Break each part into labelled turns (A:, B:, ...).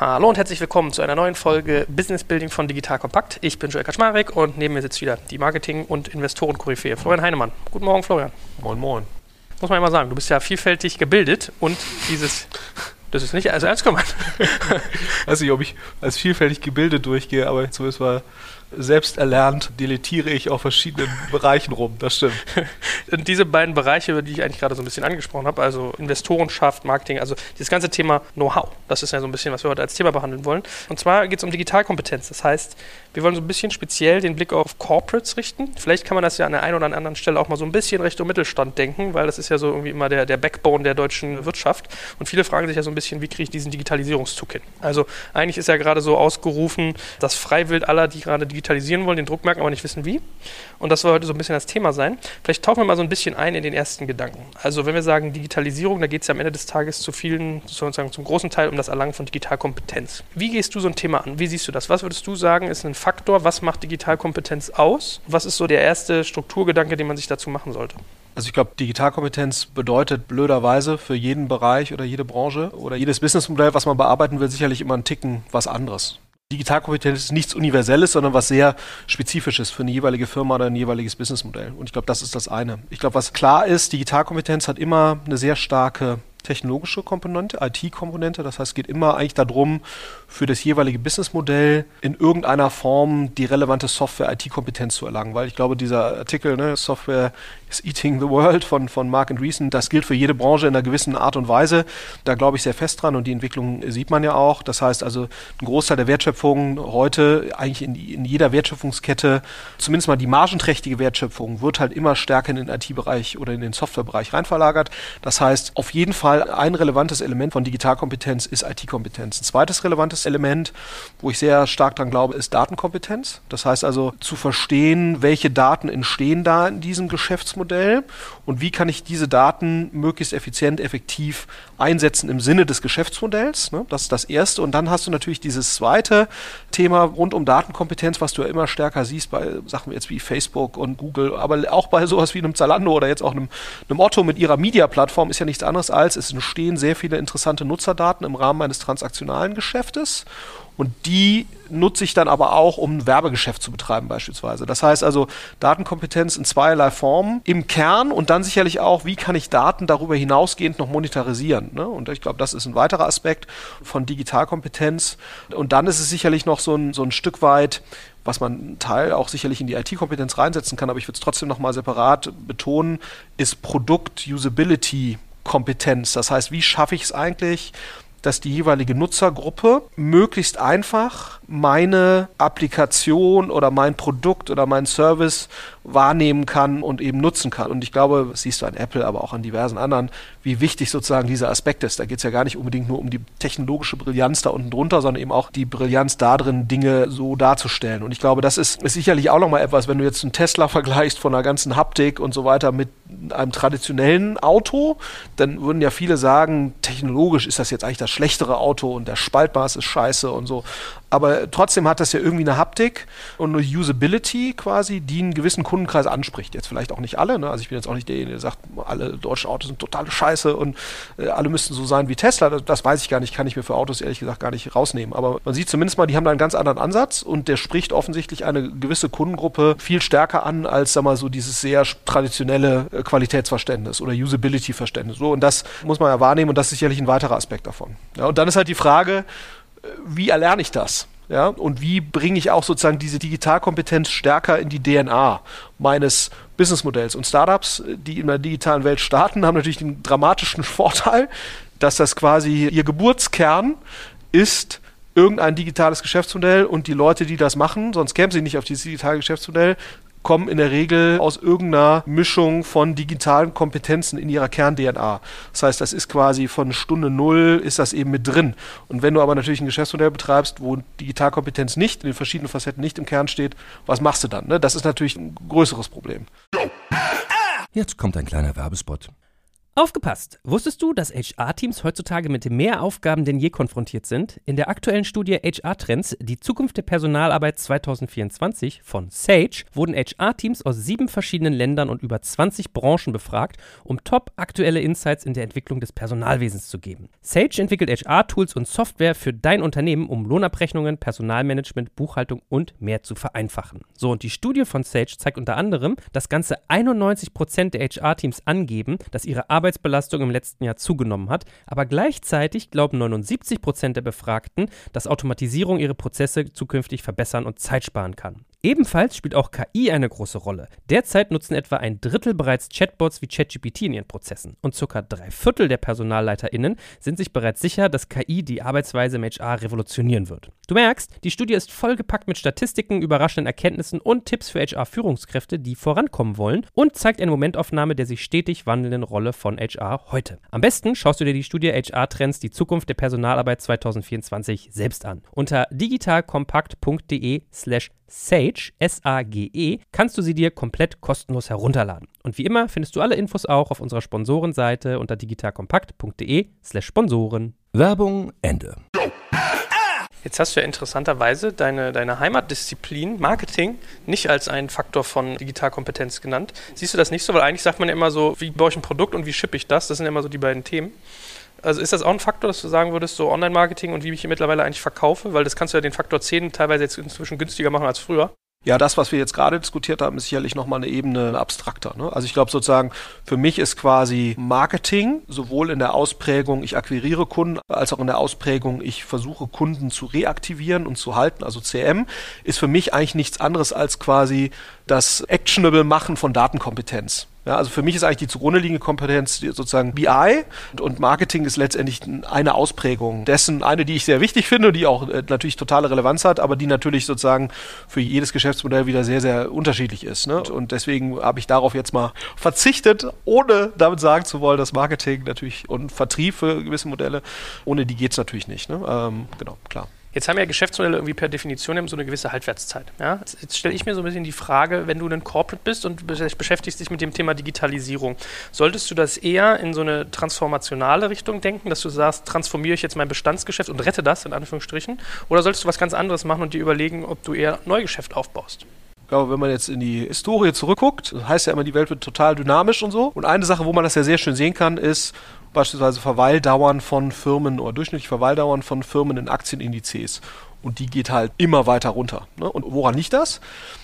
A: Hallo und herzlich willkommen zu einer neuen Folge Business Building von Digital Compact. Ich bin Joel Kaczmarek und neben mir sitzt wieder die Marketing- und Investoren-Koryphäe Florian Heinemann. Guten Morgen, Florian.
B: Moin, moin.
A: Muss man ja mal sagen, du bist ja vielfältig gebildet und das ist nicht also ernst gemeint.
B: Weiß nicht, ob ich als vielfältig gebildet durchgehe, aber zumindest mal selbst erlernt, deletiere ich auf verschiedenen Bereichen rum, das stimmt.
A: Und diese beiden Bereiche, über die ich eigentlich gerade so ein bisschen angesprochen habe, also Investorenschaft, Marketing, also dieses ganze Thema Know-how, das ist ja so ein bisschen, was wir heute als Thema behandeln wollen. Und zwar geht es um Digitalkompetenz. Das heißt, wir wollen so ein bisschen speziell den Blick auf Corporates richten. Vielleicht kann man das ja an der einen oder anderen Stelle auch mal so ein bisschen Richtung Mittelstand denken, weil das ist ja so irgendwie immer der Backbone der deutschen Wirtschaft. Und viele fragen sich ja so ein bisschen, wie kriege ich diesen Digitalisierungszug hin? Also eigentlich ist ja gerade so ausgerufen, das Freiwild aller, die gerade digitalisieren wollen, den Druck merken, aber nicht wissen wie. Und das soll heute so ein bisschen das Thema sein. Vielleicht tauchen wir mal so ein bisschen ein in den ersten Gedanken. Also wenn wir sagen Digitalisierung, da geht es ja am Ende des Tages sozusagen zum großen Teil um das Erlangen von Digitalkompetenz. Wie gehst du so ein Thema an? Wie siehst du das? Was würdest du sagen, ist ein Faktor? Was macht Digitalkompetenz aus? Was ist so der erste Strukturgedanke, den man sich dazu machen sollte?
B: Also ich glaube, Digitalkompetenz bedeutet blöderweise für jeden Bereich oder jede Branche oder jedes Businessmodell, was man bearbeiten will, sicherlich immer einen Ticken was anderes. Digitalkompetenz ist nichts Universelles, sondern was sehr Spezifisches für eine jeweilige Firma oder ein jeweiliges Businessmodell. Und ich glaube, das ist das eine. Ich glaube, was klar ist, Digitalkompetenz hat immer eine sehr starke technologische Komponente, IT-Komponente. Das heißt, es geht immer eigentlich darum, für das jeweilige Businessmodell in irgendeiner Form die relevante Software-IT-Kompetenz zu erlangen. Weil ich glaube, dieser Artikel, Software is eating the world von Mark Andreessen, das gilt für jede Branche in einer gewissen Art und Weise. Da glaube ich sehr fest dran und die Entwicklung sieht man ja auch. Das heißt also, ein Großteil der Wertschöpfung heute, eigentlich in jeder Wertschöpfungskette, zumindest mal die margenträchtige Wertschöpfung, wird halt immer stärker in den IT-Bereich oder in den Softwarebereich rein verlagert. Das heißt, auf jeden Fall ein relevantes Element von Digitalkompetenz ist IT-Kompetenz. Ein zweites relevantes Element, wo ich sehr stark dran glaube, ist Datenkompetenz. Das heißt also zu verstehen, welche Daten entstehen da in diesem Geschäftsmodell und wie kann ich diese Daten möglichst effizient, effektiv einsetzen im Sinne des Geschäftsmodells. Das ist das Erste. Und dann hast du natürlich dieses zweite Thema rund um Datenkompetenz, was du ja immer stärker siehst bei Sachen jetzt wie Facebook und Google, aber auch bei sowas wie einem Zalando oder jetzt auch einem Otto mit ihrer Media-Plattform ist ja nichts anderes als, es entstehen sehr viele interessante Nutzerdaten im Rahmen eines transaktionalen Geschäftes und die nutze ich dann aber auch, um ein Werbegeschäft zu betreiben beispielsweise. Das heißt also Datenkompetenz in zweierlei Formen im Kern und dann sicherlich auch, wie kann ich Daten darüber hinausgehend noch monetarisieren. Und ich glaube, das ist ein weiterer Aspekt von Digitalkompetenz. Und dann ist es sicherlich noch so ein Stück weit, was man einen Teil auch sicherlich in die IT-Kompetenz reinsetzen kann, aber ich würde es trotzdem nochmal separat betonen, ist Produkt-Usability-Kompetenz. Das heißt, wie schaffe ich es eigentlich, dass die jeweilige Nutzergruppe möglichst einfach meine Applikation oder mein Produkt oder mein Service wahrnehmen kann und eben nutzen kann. Und ich glaube, das siehst du an Apple, aber auch an diversen anderen, wie wichtig sozusagen dieser Aspekt ist. Da geht es ja gar nicht unbedingt nur um die technologische Brillanz da unten drunter, sondern eben auch die Brillanz da drin, Dinge so darzustellen. Und ich glaube, das ist sicherlich auch nochmal etwas, wenn du jetzt einen Tesla vergleichst von der ganzen Haptik und so weiter mit einem traditionellen Auto, dann würden ja viele sagen, technologisch ist das jetzt eigentlich das schlechtere Auto und der Spaltmaß ist scheiße und so. Aber trotzdem hat das ja irgendwie eine Haptik und eine Usability quasi, die einen gewissen Kundenkreis anspricht. Jetzt vielleicht auch nicht alle, Also ich bin jetzt auch nicht derjenige, der sagt, alle deutschen Autos sind totale Scheiße und alle müssten so sein wie Tesla. Das weiß ich gar nicht, kann ich mir für Autos ehrlich gesagt gar nicht rausnehmen. Aber man sieht zumindest mal, die haben da einen ganz anderen Ansatz und der spricht offensichtlich eine gewisse Kundengruppe viel stärker an als, sag mal, so dieses sehr traditionelle Qualitätsverständnis oder Usability-Verständnis. So, und das muss man ja wahrnehmen und das ist sicherlich ein weiterer Aspekt davon. Ja, und dann ist halt die Frage, wie erlerne ich das? Ja, und wie bringe ich auch sozusagen diese Digitalkompetenz stärker in die DNA meines Businessmodells? Und Startups, die in der digitalen Welt starten, haben natürlich den dramatischen Vorteil, dass das quasi ihr Geburtskern ist irgendein digitales Geschäftsmodell und die Leute, die das machen, sonst kämen sie nicht auf dieses digitale Geschäftsmodell, kommen in der Regel aus irgendeiner Mischung von digitalen Kompetenzen in ihrer Kern-DNA. Das heißt, das ist quasi von Stunde Null ist das eben mit drin. Und wenn du aber natürlich ein Geschäftsmodell betreibst, wo Digitalkompetenz nicht in den verschiedenen Facetten nicht im Kern steht, was machst du dann? Das ist natürlich ein größeres Problem.
C: Jetzt kommt ein kleiner Werbespot. Aufgepasst! Wusstest du, dass HR-Teams heutzutage mit mehr Aufgaben denn je konfrontiert sind? In der aktuellen Studie HR-Trends, die Zukunft der Personalarbeit 2024 von Sage, wurden HR-Teams aus 7 verschiedenen Ländern und über 20 Branchen befragt, um top-aktuelle Insights in der Entwicklung des Personalwesens zu geben. Sage entwickelt HR-Tools und Software für dein Unternehmen, um Lohnabrechnungen, Personalmanagement, Buchhaltung und mehr zu vereinfachen. So, und die Studie von Sage zeigt unter anderem, dass ganze 91% der HR-Teams angeben, dass ihre Arbeitsbelastung im letzten Jahr zugenommen hat, aber gleichzeitig glauben 79% der Befragten, dass Automatisierung ihre Prozesse zukünftig verbessern und Zeit sparen kann. Ebenfalls spielt auch KI eine große Rolle. Derzeit nutzen etwa 1/3 bereits Chatbots wie ChatGPT in ihren Prozessen und ca. 3/4 der PersonalleiterInnen sind sich bereits sicher, dass KI die Arbeitsweise im HR revolutionieren wird. Du merkst, die Studie ist vollgepackt mit Statistiken, überraschenden Erkenntnissen und Tipps für HR-Führungskräfte, die vorankommen wollen und zeigt eine Momentaufnahme der sich stetig wandelnden Rolle von HR heute. Am besten schaust du dir die Studie HR-Trends, die Zukunft der Personalarbeit 2024 selbst an. Unter digitalkompakt.de/Sage, S-A-G-E, kannst du sie dir komplett kostenlos herunterladen. Und wie immer findest du alle Infos auch auf unserer Sponsorenseite unter digitalkompakt.de/Sponsoren.
D: Werbung Ende.
A: Jetzt hast du ja interessanterweise deine Heimatdisziplin Marketing nicht als einen Faktor von Digitalkompetenz genannt. Siehst du das nicht so? Weil eigentlich sagt man ja immer so, wie baue ich ein Produkt und wie shippe ich das? Das sind ja immer so die beiden Themen. Also ist das auch ein Faktor, dass du sagen würdest, so Online-Marketing und wie ich hier mittlerweile eigentlich verkaufe? Weil das kannst du ja den Faktor 10 teilweise jetzt inzwischen günstiger machen als früher.
B: Ja, das, was wir jetzt gerade diskutiert haben, ist sicherlich nochmal eine Ebene abstrakter. Ne? Also ich glaube sozusagen, für mich ist quasi Marketing, sowohl in der Ausprägung, ich akquiriere Kunden, als auch in der Ausprägung, ich versuche Kunden zu reaktivieren und zu halten, also CM, ist für mich eigentlich nichts anderes als quasi das Actionable Machen von Datenkompetenz. Ja, also für mich ist eigentlich die zugrunde liegende Kompetenz sozusagen BI und Marketing ist letztendlich eine Ausprägung dessen, eine, die ich sehr wichtig finde, die auch natürlich totale Relevanz hat, aber die natürlich sozusagen für jedes Geschäftsmodell wieder sehr, sehr unterschiedlich ist. Ne? Und deswegen habe ich darauf jetzt mal verzichtet, ohne damit sagen zu wollen, dass Marketing natürlich und Vertrieb für gewisse Modelle, ohne die geht es natürlich nicht. Ne? Genau, klar.
A: Jetzt haben ja Geschäftsmodelle irgendwie per Definition so eine gewisse Halbwertszeit. Ja? Jetzt stelle ich mir so ein bisschen die Frage, wenn du ein Corporate bist und beschäftigst dich mit dem Thema Digitalisierung, solltest du das eher in so eine transformationale Richtung denken, dass du sagst, transformiere ich jetzt mein Bestandsgeschäft und rette das, in Anführungsstrichen, oder solltest du was ganz anderes machen und dir überlegen, ob du eher Neugeschäft aufbaust?
B: Ich glaube, wenn man jetzt in die Historie zurückguckt, das heißt ja immer, die Welt wird total dynamisch und so. Und eine Sache, wo man das ja sehr schön sehen kann, ist beispielsweise Verweildauern von Firmen oder durchschnittliche Verweildauern von Firmen in Aktienindizes. Und die geht halt immer weiter runter. Ne? Und woran liegt das?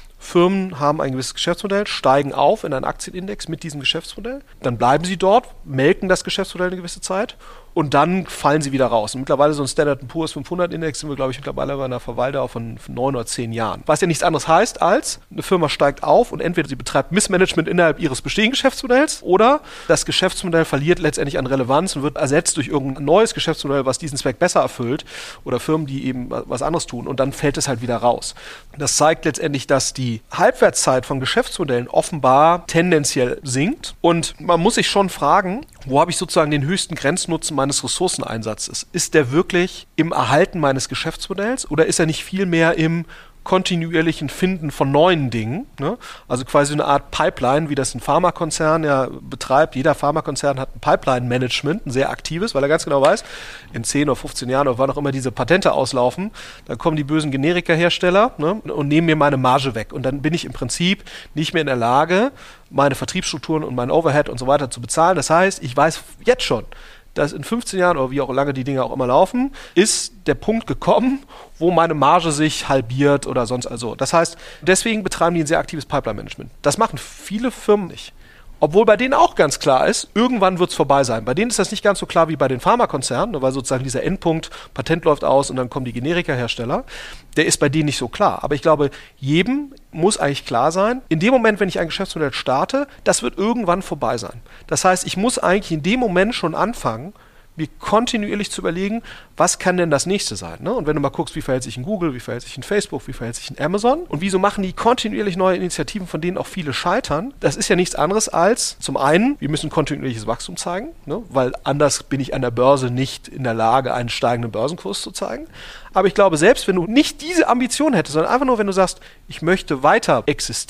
B: Firmen haben ein gewisses Geschäftsmodell, steigen auf in einen Aktienindex mit diesem Geschäftsmodell, dann bleiben sie dort, melken das Geschäftsmodell eine gewisse Zeit und dann fallen sie wieder raus. Und mittlerweile so ein Standard & Poor's 500 Index sind wir, glaube ich, mittlerweile bei einer Verweildauer von 9 oder 10 Jahren. Was ja nichts anderes heißt, als eine Firma steigt auf und entweder sie betreibt Missmanagement innerhalb ihres bestehenden Geschäftsmodells oder das Geschäftsmodell verliert letztendlich an Relevanz und wird ersetzt durch irgendein neues Geschäftsmodell, was diesen Zweck besser erfüllt oder Firmen, die eben was anderes tun und dann fällt es halt wieder raus. Das zeigt letztendlich, dass die Halbwertszeit von Geschäftsmodellen offenbar tendenziell sinkt und man muss sich schon fragen, wo habe ich sozusagen den höchsten Grenznutzen meines Ressourceneinsatzes? Ist der wirklich im Erhalten meines Geschäftsmodells oder ist er nicht vielmehr im kontinuierlichen Finden von neuen Dingen, ne? Also quasi eine Art Pipeline, wie das ein Pharmakonzern ja betreibt. Jeder Pharmakonzern hat ein Pipeline-Management, ein sehr aktives, weil er ganz genau weiß, in 10 oder 15 Jahren oder wann auch immer diese Patente auslaufen, dann kommen die bösen Generika-Hersteller, ne, und nehmen mir meine Marge weg. Und dann bin ich im Prinzip nicht mehr in der Lage, meine Vertriebsstrukturen und mein Overhead und so weiter zu bezahlen. Das heißt, ich weiß jetzt schon, dass in 15 Jahren oder wie auch lange die Dinge auch immer laufen, ist der Punkt gekommen, wo meine Marge sich halbiert oder sonst also. Das heißt, deswegen betreiben die ein sehr aktives Pipeline-Management. Das machen viele Firmen nicht. Obwohl bei denen auch ganz klar ist, irgendwann wird es vorbei sein. Bei denen ist das nicht ganz so klar wie bei den Pharmakonzernen, weil sozusagen dieser Endpunkt, Patent läuft aus und dann kommen die Generika-Hersteller, der ist bei denen nicht so klar. Aber ich glaube, jedem muss eigentlich klar sein, in dem Moment, wenn ich ein Geschäftsmodell starte, das wird irgendwann vorbei sein. Das heißt, ich muss eigentlich in dem Moment schon anfangen, mir kontinuierlich zu überlegen, was kann denn das nächste sein? Ne? Und wenn du mal guckst, wie verhält sich in Google, wie verhält sich in Facebook, wie verhält sich in Amazon und wieso machen die kontinuierlich neue Initiativen, von denen auch viele scheitern, das ist ja nichts anderes als zum einen, wir müssen kontinuierliches Wachstum zeigen, ne? Weil anders bin ich an der Börse nicht in der Lage, einen steigenden Börsenkurs zu zeigen. Aber ich glaube, selbst wenn du nicht diese Ambition hättest, sondern einfach nur, wenn du sagst, ich möchte weiter existieren,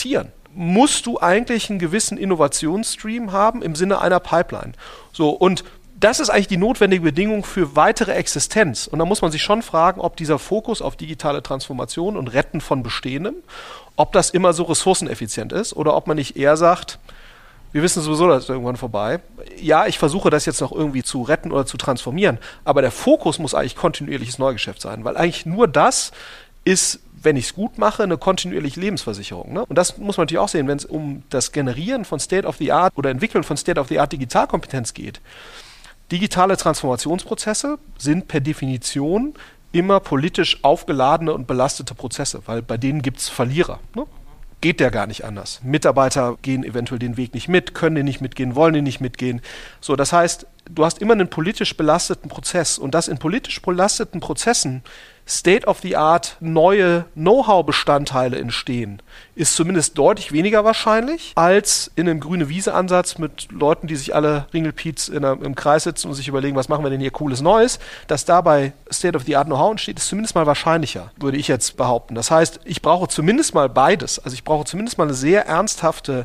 B: musst du eigentlich einen gewissen Innovationsstream haben im Sinne einer Pipeline. So, und das ist eigentlich die notwendige Bedingung für weitere Existenz. Und da muss man sich schon fragen, ob dieser Fokus auf digitale Transformation und Retten von Bestehendem, ob das immer so ressourceneffizient ist oder ob man nicht eher sagt, wir wissen sowieso, das ist irgendwann vorbei. Ja, ich versuche das jetzt noch irgendwie zu retten oder zu transformieren, aber der Fokus muss eigentlich kontinuierliches Neugeschäft sein, weil eigentlich nur das ist, wenn ich es gut mache, eine kontinuierliche Lebensversicherung. Ne? Und das muss man natürlich auch sehen, wenn es um das Generieren von State-of-the-Art oder Entwickeln von State-of-the-Art Digitalkompetenz geht. Digitale Transformationsprozesse sind per Definition immer politisch aufgeladene und belastete Prozesse, weil bei denen gibt es Verlierer. Ne? Geht ja gar nicht anders. Mitarbeiter gehen eventuell den Weg nicht mit, können den nicht mitgehen, wollen den nicht mitgehen. So, das heißt, du hast immer einen politisch belasteten Prozess und dass in politisch belasteten Prozessen State-of-the-Art neue Know-how-Bestandteile entstehen, ist zumindest deutlich weniger wahrscheinlich als in einem Grüne-Wiese-Ansatz mit Leuten, die sich alle Ringelpiez im Kreis sitzen und sich überlegen, was machen wir denn hier Cooles Neues. Dass dabei State-of-the-Art Know-how entsteht, ist zumindest mal wahrscheinlicher, würde ich jetzt behaupten. Das heißt, ich brauche zumindest mal beides. Also ich brauche zumindest mal eine sehr ernsthafte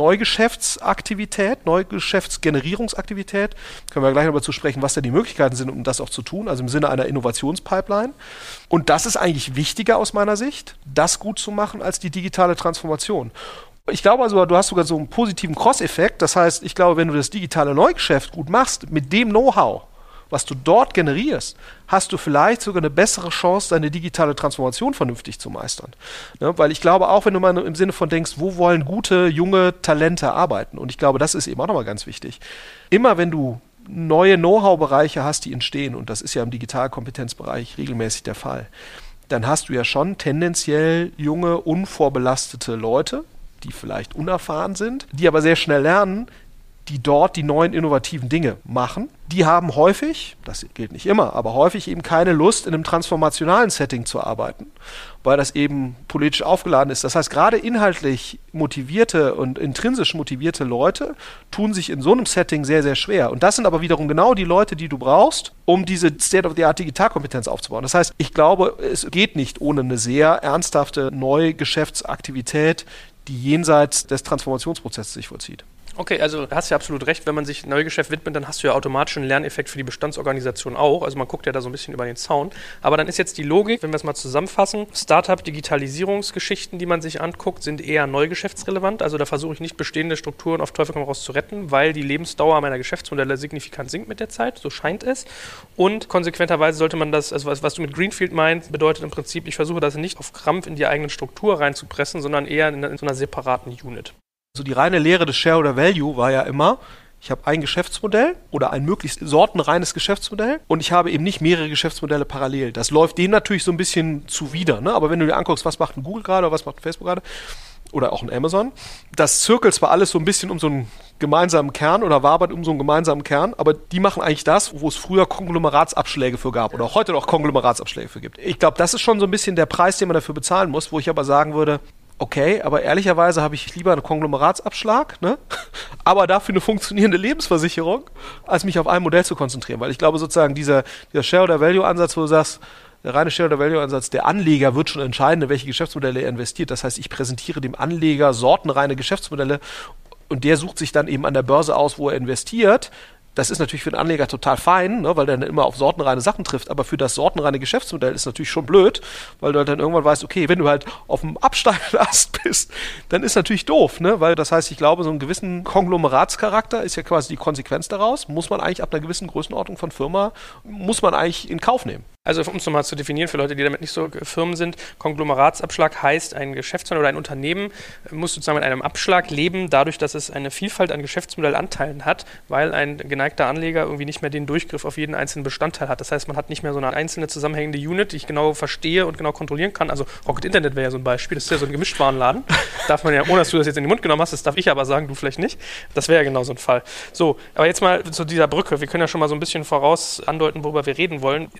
B: Neugeschäftsaktivität, Neugeschäftsgenerierungsaktivität. Können wir gleich noch dazu sprechen, was da die Möglichkeiten sind, um das auch zu tun, also im Sinne einer Innovationspipeline. Und das ist eigentlich wichtiger aus meiner Sicht, das gut zu machen, als die digitale Transformation. Ich glaube also, du hast sogar so einen positiven Cross-Effekt. Das heißt, ich glaube, wenn du das digitale Neugeschäft gut machst, mit dem Know-how, was du dort generierst, hast du vielleicht sogar eine bessere Chance, deine digitale Transformation vernünftig zu meistern. Ja, weil ich glaube, auch wenn du mal im Sinne von denkst, wo wollen gute, junge Talente arbeiten? Und ich glaube, das ist eben auch nochmal ganz wichtig. Immer wenn du neue Know-how-Bereiche hast, die entstehen, und das ist ja im Digitalkompetenzbereich regelmäßig der Fall, dann hast du ja schon tendenziell junge, unvorbelastete Leute, die vielleicht unerfahren sind, die aber sehr schnell lernen, die dort die neuen innovativen Dinge machen. Die haben häufig, das gilt nicht immer, aber häufig eben keine Lust, in einem transformationalen Setting zu arbeiten, weil das eben politisch aufgeladen ist. Das heißt, gerade inhaltlich motivierte und intrinsisch motivierte Leute tun sich in so einem Setting sehr, sehr schwer. Und das sind aber wiederum genau die Leute, die du brauchst, um diese State-of-the-Art Digitalkompetenz aufzubauen. Das heißt, ich glaube, es geht nicht ohne eine sehr ernsthafte neue Geschäftsaktivität, die jenseits des Transformationsprozesses sich vollzieht.
A: Okay, also da hast du ja absolut recht, wenn man sich Neugeschäft widmet, dann hast du ja automatisch einen Lerneffekt für die Bestandsorganisation auch. Also man guckt ja da so ein bisschen über den Zaun. Aber dann ist jetzt die Logik, wenn wir es mal zusammenfassen, Startup-Digitalisierungsgeschichten, die man sich anguckt, sind eher neugeschäftsrelevant. Also da versuche ich nicht bestehende Strukturen auf Teufel komm raus zu retten, weil die Lebensdauer meiner Geschäftsmodelle signifikant sinkt mit der Zeit, so scheint es. Und konsequenterweise sollte man das, also was du mit Greenfield meinst, bedeutet im Prinzip, ich versuche das nicht auf Krampf in die eigene Struktur reinzupressen, sondern eher in so einer separaten Unit.
B: Also die reine Lehre des Shareholder Value war ja immer, ich habe ein Geschäftsmodell oder ein möglichst sortenreines Geschäftsmodell und ich habe eben nicht mehrere Geschäftsmodelle parallel. Das läuft dem natürlich so ein bisschen zuwider, ne? Aber wenn du dir anguckst, was macht ein Google gerade oder was macht ein Facebook gerade oder auch ein Amazon, das zirkelt zwar alles so ein bisschen um so einen gemeinsamen Kern oder wabert um so einen gemeinsamen Kern, aber die machen eigentlich das, wo es früher Konglomeratsabschläge für gab oder auch heute noch Konglomeratsabschläge für gibt. Ich glaube, das ist schon so ein bisschen der Preis, den man dafür bezahlen muss, wo ich aber sagen würde, okay, aber ehrlicherweise habe ich lieber einen Konglomeratsabschlag, ne? Aber dafür eine funktionierende Lebensversicherung, als mich auf ein Modell zu konzentrieren. Weil ich glaube sozusagen, dieser Shareholder-Value-Ansatz, wo du sagst, der reine Shareholder-Value-Ansatz, der Anleger wird schon entscheiden, in welche Geschäftsmodelle er investiert. Das heißt, ich präsentiere dem Anleger sortenreine Geschäftsmodelle und der sucht sich dann eben an der Börse aus, wo er investiert. Das ist natürlich für den Anleger total fein, ne, weil der dann immer auf sortenreine Sachen trifft, aber für das sortenreine Geschäftsmodell ist natürlich schon blöd, weil du halt dann irgendwann weißt, okay, wenn du halt auf dem absteigenden Ast bist, dann ist natürlich doof, ne, weil das heißt, ich glaube, so einen gewissen Konglomeratscharakter ist ja quasi die Konsequenz daraus, muss man eigentlich ab einer gewissen Größenordnung von Firma, muss man eigentlich in Kauf nehmen.
A: Also um es nochmal zu definieren für Leute, die damit nicht so Firmen sind, Konglomeratsabschlag heißt, ein Geschäftsmann oder ein Unternehmen muss sozusagen mit einem Abschlag leben, dadurch, dass es eine Vielfalt an Geschäftsmodellanteilen hat, weil ein geneigter Anleger irgendwie nicht mehr den Durchgriff auf jeden einzelnen Bestandteil hat. Das heißt, man hat nicht mehr so eine einzelne zusammenhängende Unit, die ich genau verstehe und genau kontrollieren kann. Also Rocket Internet wäre ja so ein Beispiel, das ist ja so ein Gemischtwarenladen. Darf man ja, ohne dass du das jetzt in den Mund genommen hast, das darf ich aber sagen, du vielleicht nicht. Das wäre ja genau so ein Fall. So, aber jetzt mal zu dieser Brücke. Wir können ja schon mal so ein bisschen voraus andeuten, worüber wir reden wollen. Investieren wir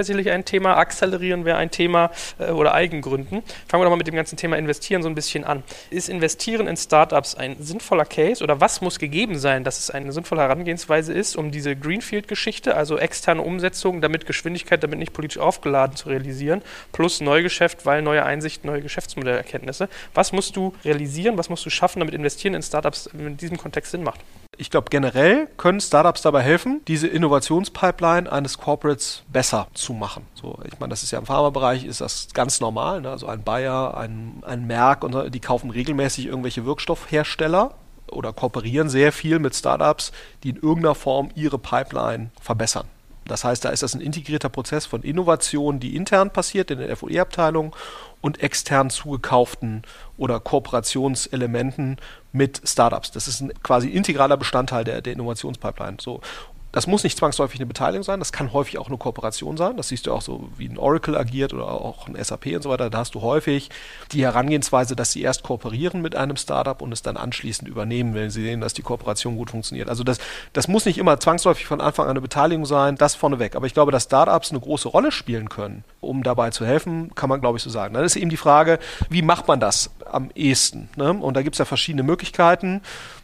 A: wäre sicherlich ein Thema, akzelerieren wäre ein Thema oder Eigengründen. Fangen wir doch mal mit dem ganzen Thema Investieren so ein bisschen an. Ist Investieren in Startups ein sinnvoller Case oder was muss gegeben sein, dass es eine sinnvolle Herangehensweise ist, um diese Greenfield-Geschichte, also externe Umsetzung, damit Geschwindigkeit, damit nicht politisch aufgeladen zu realisieren, plus Neugeschäft, weil neue Einsichten, neue Geschäftsmodellerkenntnisse. Was musst du realisieren, was musst du schaffen, damit Investieren in Startups in diesem Kontext Sinn macht?
B: Ich glaube, generell können Startups dabei helfen, diese Innovationspipeline eines Corporates besser zu machen. So, ich meine, das ist ja im Pharmabereich, ist das ganz normal. Ne? Also ein Bayer, ein Merck, und die kaufen regelmäßig irgendwelche Wirkstoffhersteller oder kooperieren sehr viel mit Startups, die in irgendeiner Form ihre Pipeline verbessern. Das heißt, da ist das ein integrierter Prozess von Innovation, die intern passiert in den FOE-Abteilungen und extern zugekauften oder Kooperationselementen mit Startups. Das ist ein quasi integraler Bestandteil der Innovationspipeline. So. Das muss nicht zwangsläufig eine Beteiligung sein, das kann häufig auch eine Kooperation sein. Das siehst du auch so, wie ein Oracle agiert oder auch ein SAP und so weiter. Da hast du häufig die Herangehensweise, dass sie erst kooperieren mit einem Startup und es dann anschließend übernehmen, wenn sie sehen, dass die Kooperation gut funktioniert. Also das muss nicht immer zwangsläufig von Anfang an eine Beteiligung sein, das vorneweg. Aber ich glaube, dass Startups eine große Rolle spielen können, um dabei zu helfen, kann man, glaube ich, so sagen. Dann ist eben die Frage, wie macht man das am ehesten? Ne? Und da gibt es ja verschiedene Möglichkeiten.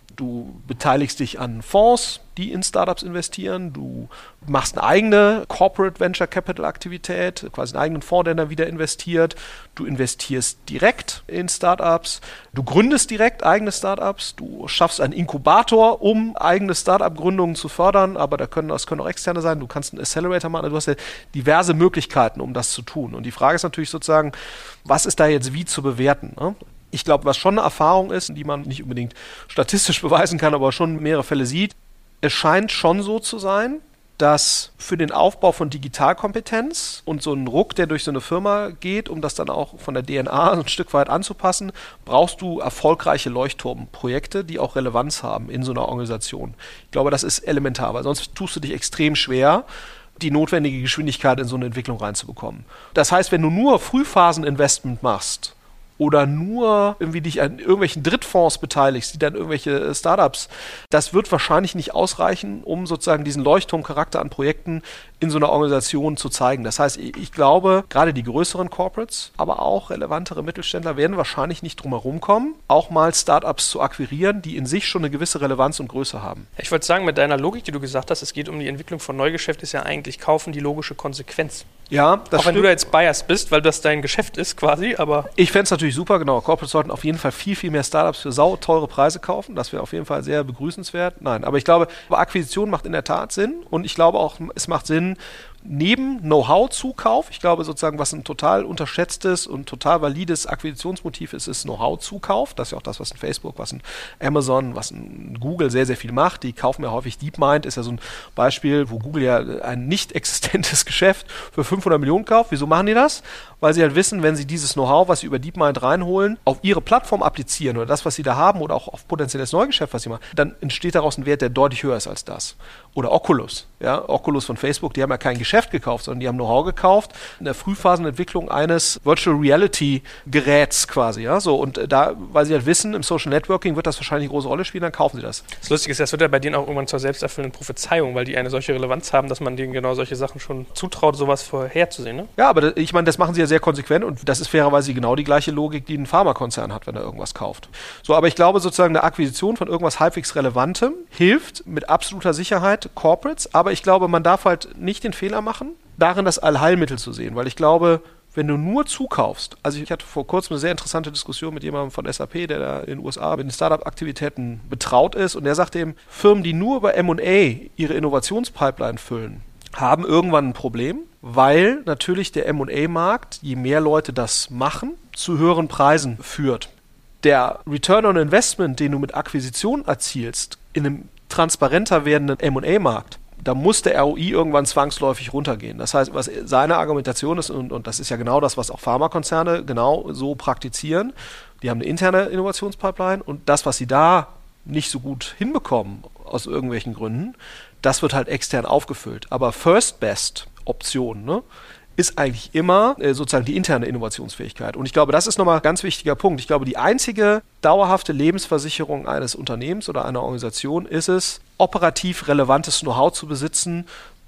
B: Du beteiligst dich an Fonds, die in Startups investieren. Du machst eine eigene Corporate Venture Capital Aktivität, quasi einen eigenen Fonds, der dann wieder investiert. Du investierst direkt in Startups. Du gründest direkt eigene Startups. Du schaffst einen Inkubator, um eigene Startup-Gründungen zu fördern. Aber das können auch externe sein. Du kannst einen Accelerator machen. Du hast ja diverse Möglichkeiten, um das zu tun. Und die Frage ist natürlich sozusagen, was ist da jetzt wie zu bewerten? Ne? Ich glaube, was schon eine Erfahrung ist, die man nicht unbedingt statistisch beweisen kann, aber schon mehrere Fälle sieht, es scheint schon so zu sein, dass für den Aufbau von Digitalkompetenz und so einen Ruck, der durch so eine Firma geht, um das dann auch von der DNA ein Stück weit anzupassen, brauchst du erfolgreiche Leuchtturmprojekte, die auch Relevanz haben in so einer Organisation. Ich glaube, das ist elementar, weil sonst tust du dich extrem schwer, die notwendige Geschwindigkeit in so eine Entwicklung reinzubekommen. Das heißt, wenn du nur Frühphaseninvestment machst, oder nur irgendwie dich an irgendwelchen Drittfonds beteiligst, die dann irgendwelche Startups, das wird wahrscheinlich nicht ausreichen, um sozusagen diesen Leuchtturmcharakter an Projekten in so einer Organisation zu zeigen. Das heißt, ich glaube, gerade die größeren Corporates, aber auch relevantere Mittelständler werden wahrscheinlich nicht drum herum kommen, auch mal Startups zu akquirieren, die in sich schon eine gewisse Relevanz und Größe haben.
A: Ich wollte sagen, mit deiner Logik, die du gesagt hast, es geht um die Entwicklung von Neugeschäft, ist ja eigentlich kaufen die logische Konsequenz.
B: Ja, das
A: auch wenn du da jetzt Bias bist, weil das dein Geschäft ist quasi, aber...
B: Ich fände es natürlich super, genau. Corporates sollten auf jeden Fall viel, viel mehr Startups für sauteure Preise kaufen. Das wäre auf jeden Fall sehr begrüßenswert. Nein, aber ich glaube, Akquisition macht in der Tat Sinn und ich glaube auch, es macht Sinn, neben Know-how-Zukauf, ich glaube sozusagen, was ein total unterschätztes und total valides Akquisitionsmotiv ist, ist Know-how-Zukauf. Das ist ja auch das, was ein Facebook, was ein Amazon, was ein Google sehr, sehr viel macht. Die kaufen ja häufig DeepMind, ist ja so ein Beispiel, wo Google ja ein nicht existentes Geschäft für 500 Millionen kauft. Wieso machen die das? Weil sie halt wissen, wenn sie dieses Know-how, was sie über DeepMind reinholen, auf ihre Plattform applizieren oder das, was sie da haben oder auch auf potenzielles Neugeschäft, was sie machen, dann entsteht daraus ein Wert, der deutlich höher ist als das. Oder Oculus. Ja, Oculus von Facebook, die haben ja kein Geschäft gekauft, sondern die haben Know-how gekauft in der Frühphasenentwicklung eines Virtual Reality Geräts quasi. Ja, so, und da, weil sie halt wissen, im Social Networking wird das wahrscheinlich eine große Rolle spielen, dann kaufen sie das.
A: Das Lustige ist, das wird ja bei denen auch irgendwann zur selbsterfüllenden Prophezeiung, weil die eine solche Relevanz haben, dass man denen genau solche Sachen schon zutraut, sowas vorherzusehen. Ne?
B: Ja, aber ich meine, das machen sie ja sehr konsequent und das ist fairerweise genau die gleiche Logik, die ein Pharmakonzern hat, wenn er irgendwas kauft. So, aber ich glaube sozusagen, eine Akquisition von irgendwas halbwegs Relevantem hilft mit absoluter Sicherheit Corporates, aber ich glaube, man darf halt nicht den Fehler machen, darin das Allheilmittel zu sehen, weil ich glaube, wenn du nur zukaufst, also ich hatte vor kurzem eine sehr interessante Diskussion mit jemandem von SAP, der da in den USA mit den Startup-Aktivitäten betraut ist und der sagte eben, Firmen, die nur über M&A ihre Innovationspipeline füllen, haben irgendwann ein Problem, weil natürlich der M&A-Markt, je mehr Leute das machen, zu höheren Preisen führt. Der Return on Investment, den du mit Akquisition erzielst, in einem transparenter werdenden M&A-Markt, da muss der ROI irgendwann zwangsläufig runtergehen. Das heißt, was seine Argumentation ist, und das ist ja genau das, was auch Pharmakonzerne genau so praktizieren, die haben eine interne Innovationspipeline und das, was sie da nicht so gut hinbekommen, aus irgendwelchen Gründen, das wird halt extern aufgefüllt. Aber First Best Option, ne, ist eigentlich immer sozusagen die interne Innovationsfähigkeit. Und ich glaube, das ist nochmal ein ganz wichtiger Punkt. Ich glaube, die einzige dauerhafte Lebensversicherung eines Unternehmens oder einer Organisation ist es, operativ relevantes Know-how zu besitzen,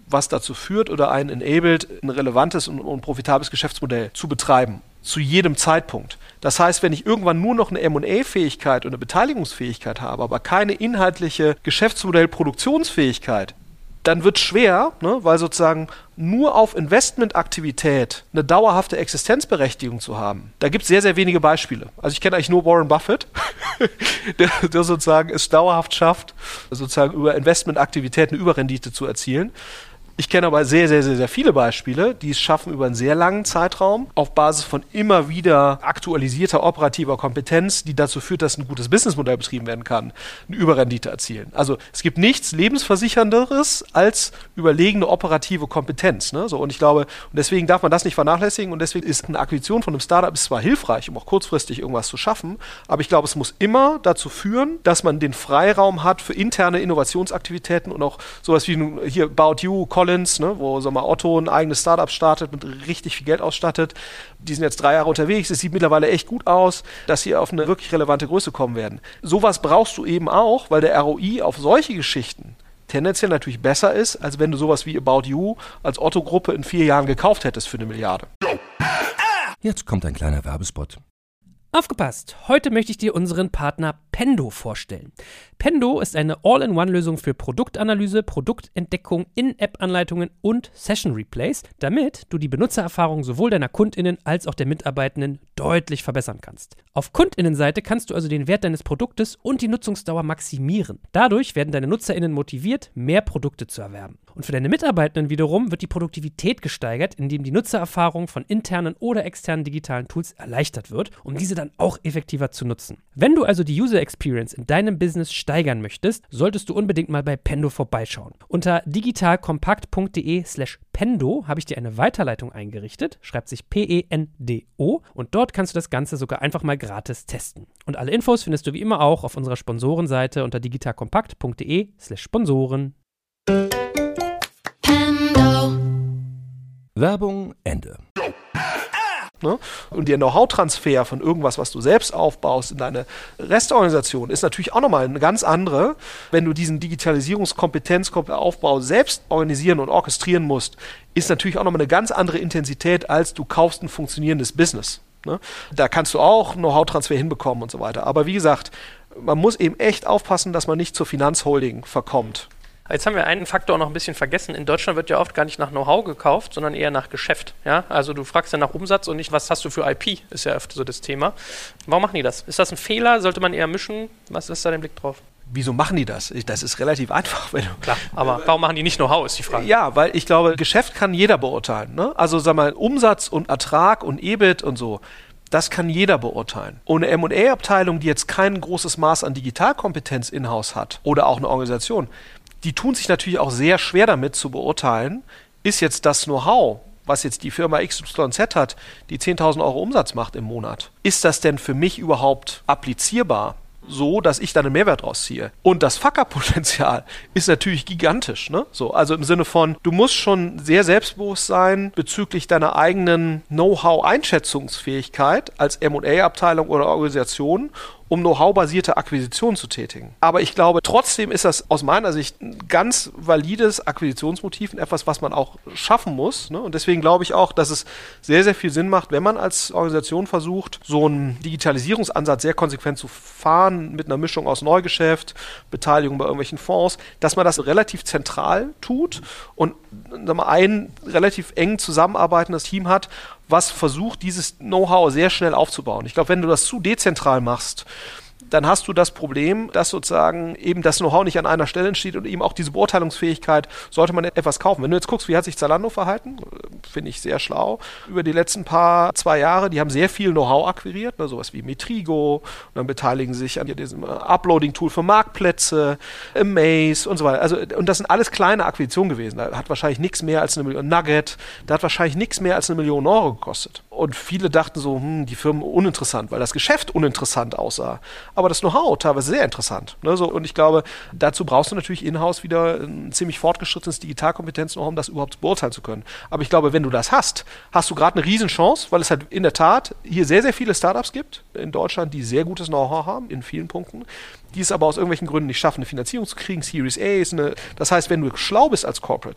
B: was dazu führt oder einen enabled, ein relevantes und profitables Geschäftsmodell zu betreiben. Zu jedem Zeitpunkt. Das heißt, wenn ich irgendwann nur noch eine M&A-Fähigkeit und eine Beteiligungsfähigkeit habe, aber keine inhaltliche Geschäftsmodell-Produktionsfähigkeit, dann wird es schwer, ne, weil sozusagen nur auf Investmentaktivität eine dauerhafte Existenzberechtigung zu haben. Da gibt es sehr, sehr wenige Beispiele. Also ich kenne eigentlich nur Warren Buffett, der sozusagen es dauerhaft schafft, sozusagen über Investmentaktivität eine Überrendite zu erzielen. Ich kenne aber sehr, sehr, sehr, sehr viele Beispiele, die es schaffen, über einen sehr langen Zeitraum auf Basis von immer wieder aktualisierter operativer Kompetenz, die dazu führt, dass ein gutes Businessmodell betrieben werden kann, eine Überrendite erzielen. Also es gibt nichts lebensversichernderes als überlegene operative Kompetenz. Ne? So, und ich glaube, und deswegen darf man das nicht vernachlässigen und deswegen ist eine Akquisition von einem Startup ist zwar hilfreich, um auch kurzfristig irgendwas zu schaffen, aber ich glaube, es muss immer dazu führen, dass man den Freiraum hat für interne Innovationsaktivitäten und auch sowas wie hier About You, Collins, ne, wo sagen wir, Otto ein eigenes Startup startet, mit richtig viel Geld ausstattet. Die sind jetzt 3 Jahre unterwegs, es sieht mittlerweile echt gut aus, dass sie auf eine wirklich relevante Größe kommen werden. Sowas brauchst du eben auch, weil der ROI auf solche Geschichten tendenziell natürlich besser ist, als wenn du sowas wie About You als Otto-Gruppe in 4 Jahren gekauft hättest für 1 Milliarde.
D: Jetzt kommt ein kleiner Werbespot.
C: Aufgepasst! Heute möchte ich dir unseren Partner Pendo vorstellen. Pendo ist eine All-in-One-Lösung für Produktanalyse, Produktentdeckung, In-App-Anleitungen und Session-Replays, damit du die Benutzererfahrung sowohl deiner KundInnen als auch der Mitarbeitenden deutlich verbessern kannst. Auf KundInnenseite kannst du also den Wert deines Produktes und die Nutzungsdauer maximieren. Dadurch werden deine NutzerInnen motiviert, mehr Produkte zu erwerben. Und für deine Mitarbeitenden wiederum wird die Produktivität gesteigert, indem die Nutzererfahrung von internen oder externen digitalen Tools erleichtert wird, um diese dann auch effektiver zu nutzen. Wenn du also die User Experience in deinem Business steigern möchtest, solltest du unbedingt mal bei Pendo vorbeischauen. Unter digitalkompakt.de/Pendo habe ich dir eine Weiterleitung eingerichtet, schreibt sich Pendo, und dort kannst du das Ganze sogar einfach mal gratis testen. Und alle Infos findest du wie immer auch auf unserer Sponsorenseite unter digitalkompakt.de/Sponsoren.
D: Werbung Ende.
B: Ne? Und der Know-how-Transfer von irgendwas, was du selbst aufbaust in deine Restorganisation, ist natürlich auch nochmal eine ganz andere, wenn du diesen Digitalisierungskompetenzaufbau selbst organisieren und orchestrieren musst, ist natürlich auch nochmal eine ganz andere Intensität, als du kaufst ein funktionierendes Business. Ne? Da kannst du auch Know-how-Transfer hinbekommen und so weiter. Aber wie gesagt, man muss eben echt aufpassen, dass man nicht zur Finanzholding verkommt.
A: Jetzt haben wir einen Faktor auch noch ein bisschen vergessen. In Deutschland wird ja oft gar nicht nach Know-how gekauft, sondern eher nach Geschäft. Ja? Also du fragst ja nach Umsatz und nicht, was hast du für IP, ist ja öfter so das Thema. Warum machen die das? Ist das ein Fehler? Sollte man eher mischen? Was ist da dein Blick drauf?
B: Wieso machen die das? Das ist relativ einfach.
A: Klar, aber warum machen die nicht Know-how, ist die Frage.
B: Ja, weil ich glaube, Geschäft kann jeder beurteilen. Ne? Also sag mal, Umsatz und Ertrag und EBIT und so, das kann jeder beurteilen. Und eine M&A-Abteilung, die jetzt kein großes Maß an Digitalkompetenz in-house hat oder auch eine Organisation, die tun sich natürlich auch sehr schwer damit zu beurteilen, ist jetzt das Know-how, was jetzt die Firma XYZ hat, die 10.000 Euro Umsatz macht im Monat, ist das denn für mich überhaupt applizierbar? So, dass ich da einen Mehrwert rausziehe. Und das Fuck-up-Potenzial ist natürlich gigantisch. Ne? So, also im Sinne von, du musst schon sehr selbstbewusst sein bezüglich deiner eigenen Know-how-Einschätzungsfähigkeit als M&A-Abteilung oder Organisation, um Know-how-basierte Akquisitionen zu tätigen. Aber ich glaube, trotzdem ist das aus meiner Sicht ein ganz valides Akquisitionsmotiv und etwas, was man auch schaffen muss. Ne? Und deswegen glaube ich auch, dass es sehr, sehr viel Sinn macht, wenn man als Organisation versucht, so einen Digitalisierungsansatz sehr konsequent zu fahren, mit einer Mischung aus Neugeschäft, Beteiligung bei irgendwelchen Fonds, dass man das relativ zentral tut und ein relativ eng zusammenarbeitendes Team hat, was versucht, dieses Know-how sehr schnell aufzubauen. Ich glaube, wenn du das zu dezentral machst, dann hast du das Problem, dass sozusagen eben das Know-how nicht an einer Stelle entsteht und eben auch diese Beurteilungsfähigkeit, sollte man etwas kaufen. Wenn du jetzt guckst, wie hat sich Zalando verhalten, finde ich sehr schlau, über die letzten 2 Jahre, die haben sehr viel Know-how akquiriert, ne, sowas wie Metrigo, und dann beteiligen sich an diesem Uploading-Tool für Marktplätze, Amaze und so weiter. Also, und das sind alles kleine Akquisitionen gewesen. Da hat wahrscheinlich nichts mehr als 1 Million Nugget, da hat wahrscheinlich nichts mehr als 1 Million Euro gekostet. Und viele dachten so, die Firmen uninteressant, weil das Geschäft uninteressant aussah. Aber das Know-how teilweise sehr interessant. Ne? So, und ich glaube, dazu brauchst du natürlich in-house wieder ein ziemlich fortgeschrittenes Digitalkompetenz-Know-how, um das überhaupt beurteilen zu können. Aber ich glaube, wenn du das hast du gerade eine Riesenchance, weil es halt in der Tat hier sehr, sehr viele Startups gibt in Deutschland, die sehr gutes Know-how haben, in vielen Punkten, die es aber aus irgendwelchen Gründen nicht schaffen, eine Finanzierung zu kriegen. Series A ist das heißt, wenn du schlau bist als Corporate,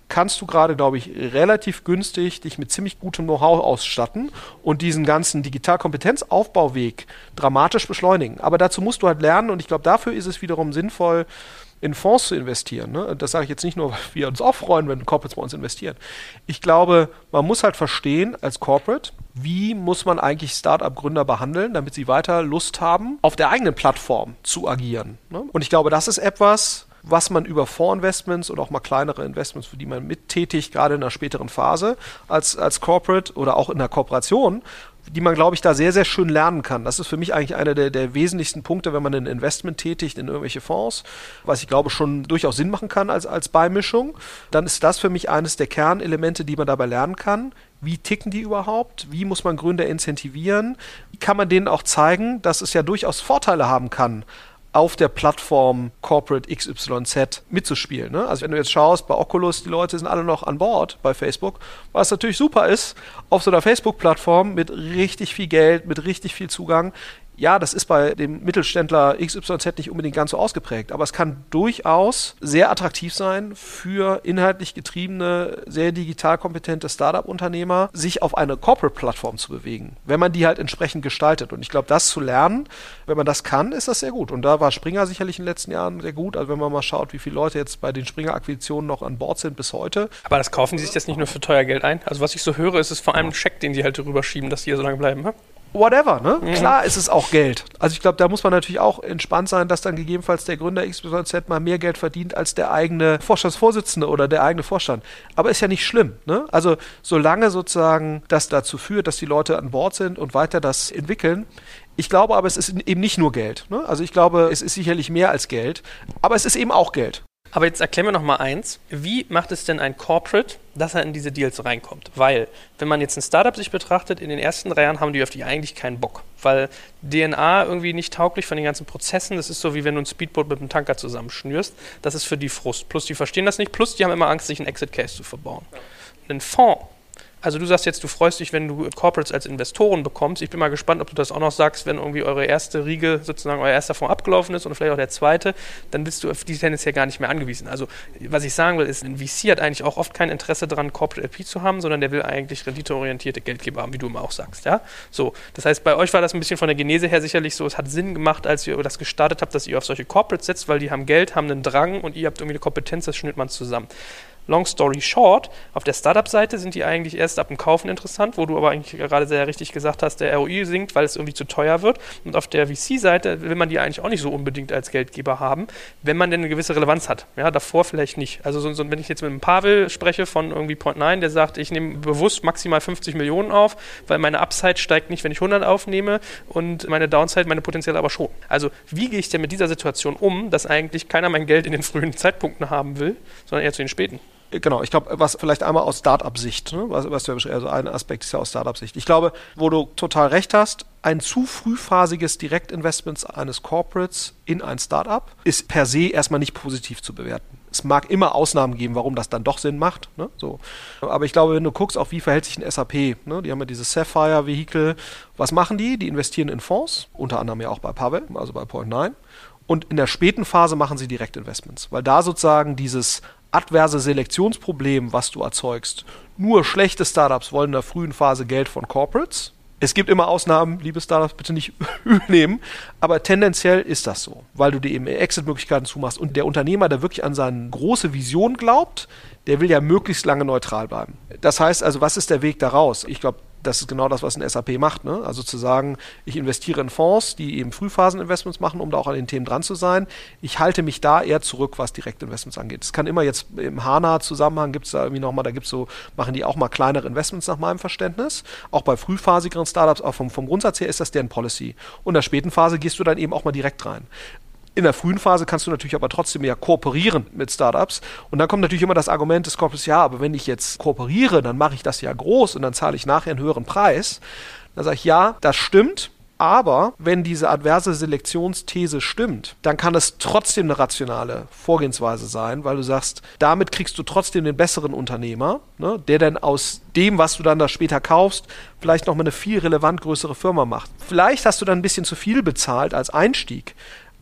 B: kannst du gerade, glaube ich, relativ günstig dich mit ziemlich gutem Know-how ausstatten und diesen ganzen Digitalkompetenzaufbauweg dramatisch beschleunigen. Aber dazu musst du halt lernen und ich glaube, dafür ist es wiederum sinnvoll, in Fonds zu investieren. Ne? Das sage ich jetzt nicht nur, weil wir uns auch freuen, wenn Corporates bei uns investieren. Ich glaube, man muss halt verstehen als Corporate, wie muss man eigentlich Start-up-Gründer behandeln, damit sie weiter Lust haben, auf der eigenen Plattform zu agieren. Ne? Und ich glaube, das ist etwas, was man über Fondsinvestments oder auch mal kleinere Investments, für die man mittätigt, gerade in einer späteren Phase als Corporate oder auch in der Kooperation, die man, glaube ich, da sehr, sehr schön lernen kann. Das ist für mich eigentlich einer der wesentlichsten Punkte, wenn man ein Investment tätigt in irgendwelche Fonds, was ich glaube schon durchaus Sinn machen kann als Beimischung. Dann ist das für mich eines der Kernelemente, die man dabei lernen kann. Wie ticken die überhaupt? Wie muss man Gründer incentivieren? Wie kann man denen auch zeigen, dass es ja durchaus Vorteile haben kann, auf der Plattform Corporate XYZ mitzuspielen. Ne? Also wenn du jetzt schaust, bei Oculus, die Leute sind alle noch an Bord bei Facebook, was natürlich super ist, auf so einer Facebook-Plattform mit richtig viel Geld, mit richtig viel Zugang. Ja, das ist bei dem Mittelständler XYZ nicht unbedingt ganz so ausgeprägt, aber es kann durchaus sehr attraktiv sein für inhaltlich getriebene, sehr digital kompetente Startup-Unternehmer, sich auf eine Corporate-Plattform zu bewegen, wenn man die halt entsprechend gestaltet. Und ich glaube, das zu lernen, wenn man das kann, ist das sehr gut. Und da war Springer sicherlich in den letzten Jahren sehr gut. Also wenn man mal schaut, wie viele Leute jetzt bei den Springer-Akquisitionen noch an Bord sind bis heute.
A: Aber das kaufen sie sich jetzt nicht nur für teuer Geld ein? Also was ich so höre, ist es vor allem ein Scheck, den sie halt drüber schieben, dass die hier so lange bleiben, ne?
B: Whatever, ne? Mhm. Klar ist es auch Geld. Also ich glaube, da muss man natürlich auch entspannt sein, dass dann gegebenenfalls der Gründer XYZ mal mehr Geld verdient als der eigene Vorstandsvorsitzende oder der eigene Vorstand. Aber ist ja nicht schlimm, ne? Also solange sozusagen das dazu führt, dass die Leute an Bord sind und weiter das entwickeln. Ich glaube aber, es ist eben nicht nur Geld, ne? Also ich glaube, es ist sicherlich mehr als Geld, aber es ist eben auch Geld.
A: Aber jetzt erklär mir noch mal eins. Wie macht es denn ein Corporate, dass er in diese Deals reinkommt? Weil, wenn man jetzt ein Startup sich betrachtet, in den ersten 3 Jahren haben die auf die eigentlich keinen Bock. Weil DNA irgendwie nicht tauglich von den ganzen Prozessen. Das ist so, wie wenn du ein Speedboot mit einem Tanker zusammenschnürst. Das ist für die Frust. Plus, die verstehen das nicht. Plus, die haben immer Angst, sich einen Exit-Case zu verbauen. Ein Fonds. Also du sagst jetzt, du freust dich, wenn du Corporates als Investoren bekommst. Ich bin mal gespannt, ob du das auch noch sagst, wenn irgendwie eure erste Riege, sozusagen euer erster Fonds abgelaufen ist oder vielleicht auch der zweite, dann bist du auf die tendenziell gar nicht mehr angewiesen. Also was ich sagen will, ist, ein VC hat eigentlich auch oft kein Interesse daran, Corporate LP zu haben, sondern der will eigentlich renditeorientierte Geldgeber haben, wie du immer auch sagst. Ja? So, das heißt, bei euch war das ein bisschen von der Genese her sicherlich so, es hat Sinn gemacht, als ihr das gestartet habt, dass ihr auf solche Corporates setzt, weil die haben Geld, haben einen Drang und ihr habt irgendwie eine Kompetenz, das schnürt man zusammen. Long story short, auf der Startup-Seite sind die eigentlich erst ab dem Kaufen interessant, wo du aber eigentlich gerade sehr richtig gesagt hast, der ROI sinkt, weil es irgendwie zu teuer wird. Und auf der VC-Seite will man die eigentlich auch nicht so unbedingt als Geldgeber haben, wenn man denn eine gewisse Relevanz hat. Ja, davor vielleicht nicht. Also wenn ich jetzt mit einem Pavel spreche von irgendwie Point9, der sagt, ich nehme bewusst maximal 50 Millionen auf, weil meine Upside steigt nicht, wenn ich 100 aufnehme und meine Downside, meine potenzielle aber schon. Also wie gehe ich denn mit dieser Situation um, dass eigentlich keiner mein Geld in den frühen Zeitpunkten haben will, sondern eher zu den späten?
B: Genau, ich glaube, was vielleicht einmal aus Start-up-Sicht, ne, was du ja beschreibst, also ein Aspekt ist ja aus Start-up-Sicht. Ich glaube, wo du total recht hast, ein zu frühphasiges Direktinvestment eines Corporates in ein Start-up ist per se erstmal nicht positiv zu bewerten. Es mag immer Ausnahmen geben, warum das dann doch Sinn macht. Ne? So. Aber ich glaube, wenn du guckst, auch wie verhält sich ein SAP, ne? Die haben ja dieses Sapphire-Vehikel. Was machen die? Die investieren in Fonds, unter anderem ja auch bei Pavel, also bei Point9. Und in der späten Phase machen sie Direktinvestments, weil da sozusagen dieses adverse Selektionsproblem, was du erzeugst, nur schlechte Startups wollen in der frühen Phase Geld von Corporates. Es gibt immer Ausnahmen, liebe Startups, bitte nicht nehmen, aber tendenziell ist das so, weil du dir eben Exit-Möglichkeiten zumachst und der Unternehmer, der wirklich an seine große Vision glaubt, der will ja möglichst lange neutral bleiben. Das heißt also, was ist der Weg daraus? Ich glaube, das ist genau das, was ein SAP macht. Ne? Also zu sagen, ich investiere in Fonds, die eben Frühphasen-Investments machen, um da auch an den Themen dran zu sein. Ich halte mich da eher zurück, was Direktinvestments angeht. Es kann immer jetzt im HANA-Zusammenhang gibt es da irgendwie nochmal, machen die auch mal kleinere Investments nach meinem Verständnis. Auch bei frühphasigeren Startups, auch vom Grundsatz her ist das deren Policy. Und in der späten Phase gehst du dann eben auch mal direkt rein. In der frühen Phase kannst du natürlich aber trotzdem ja kooperieren mit Startups. Und dann kommt natürlich immer das Argument des Corporates, ja, aber wenn ich jetzt kooperiere, dann mache ich das ja groß und dann zahle ich nachher einen höheren Preis. Dann sage ich, ja, das stimmt. Aber wenn diese adverse Selektionsthese stimmt, dann kann es trotzdem eine rationale Vorgehensweise sein, weil du sagst, damit kriegst du trotzdem den besseren Unternehmer, ne, der dann aus dem, was du dann da später kaufst, vielleicht nochmal eine viel relevant größere Firma macht. Vielleicht hast du dann ein bisschen zu viel bezahlt als Einstieg.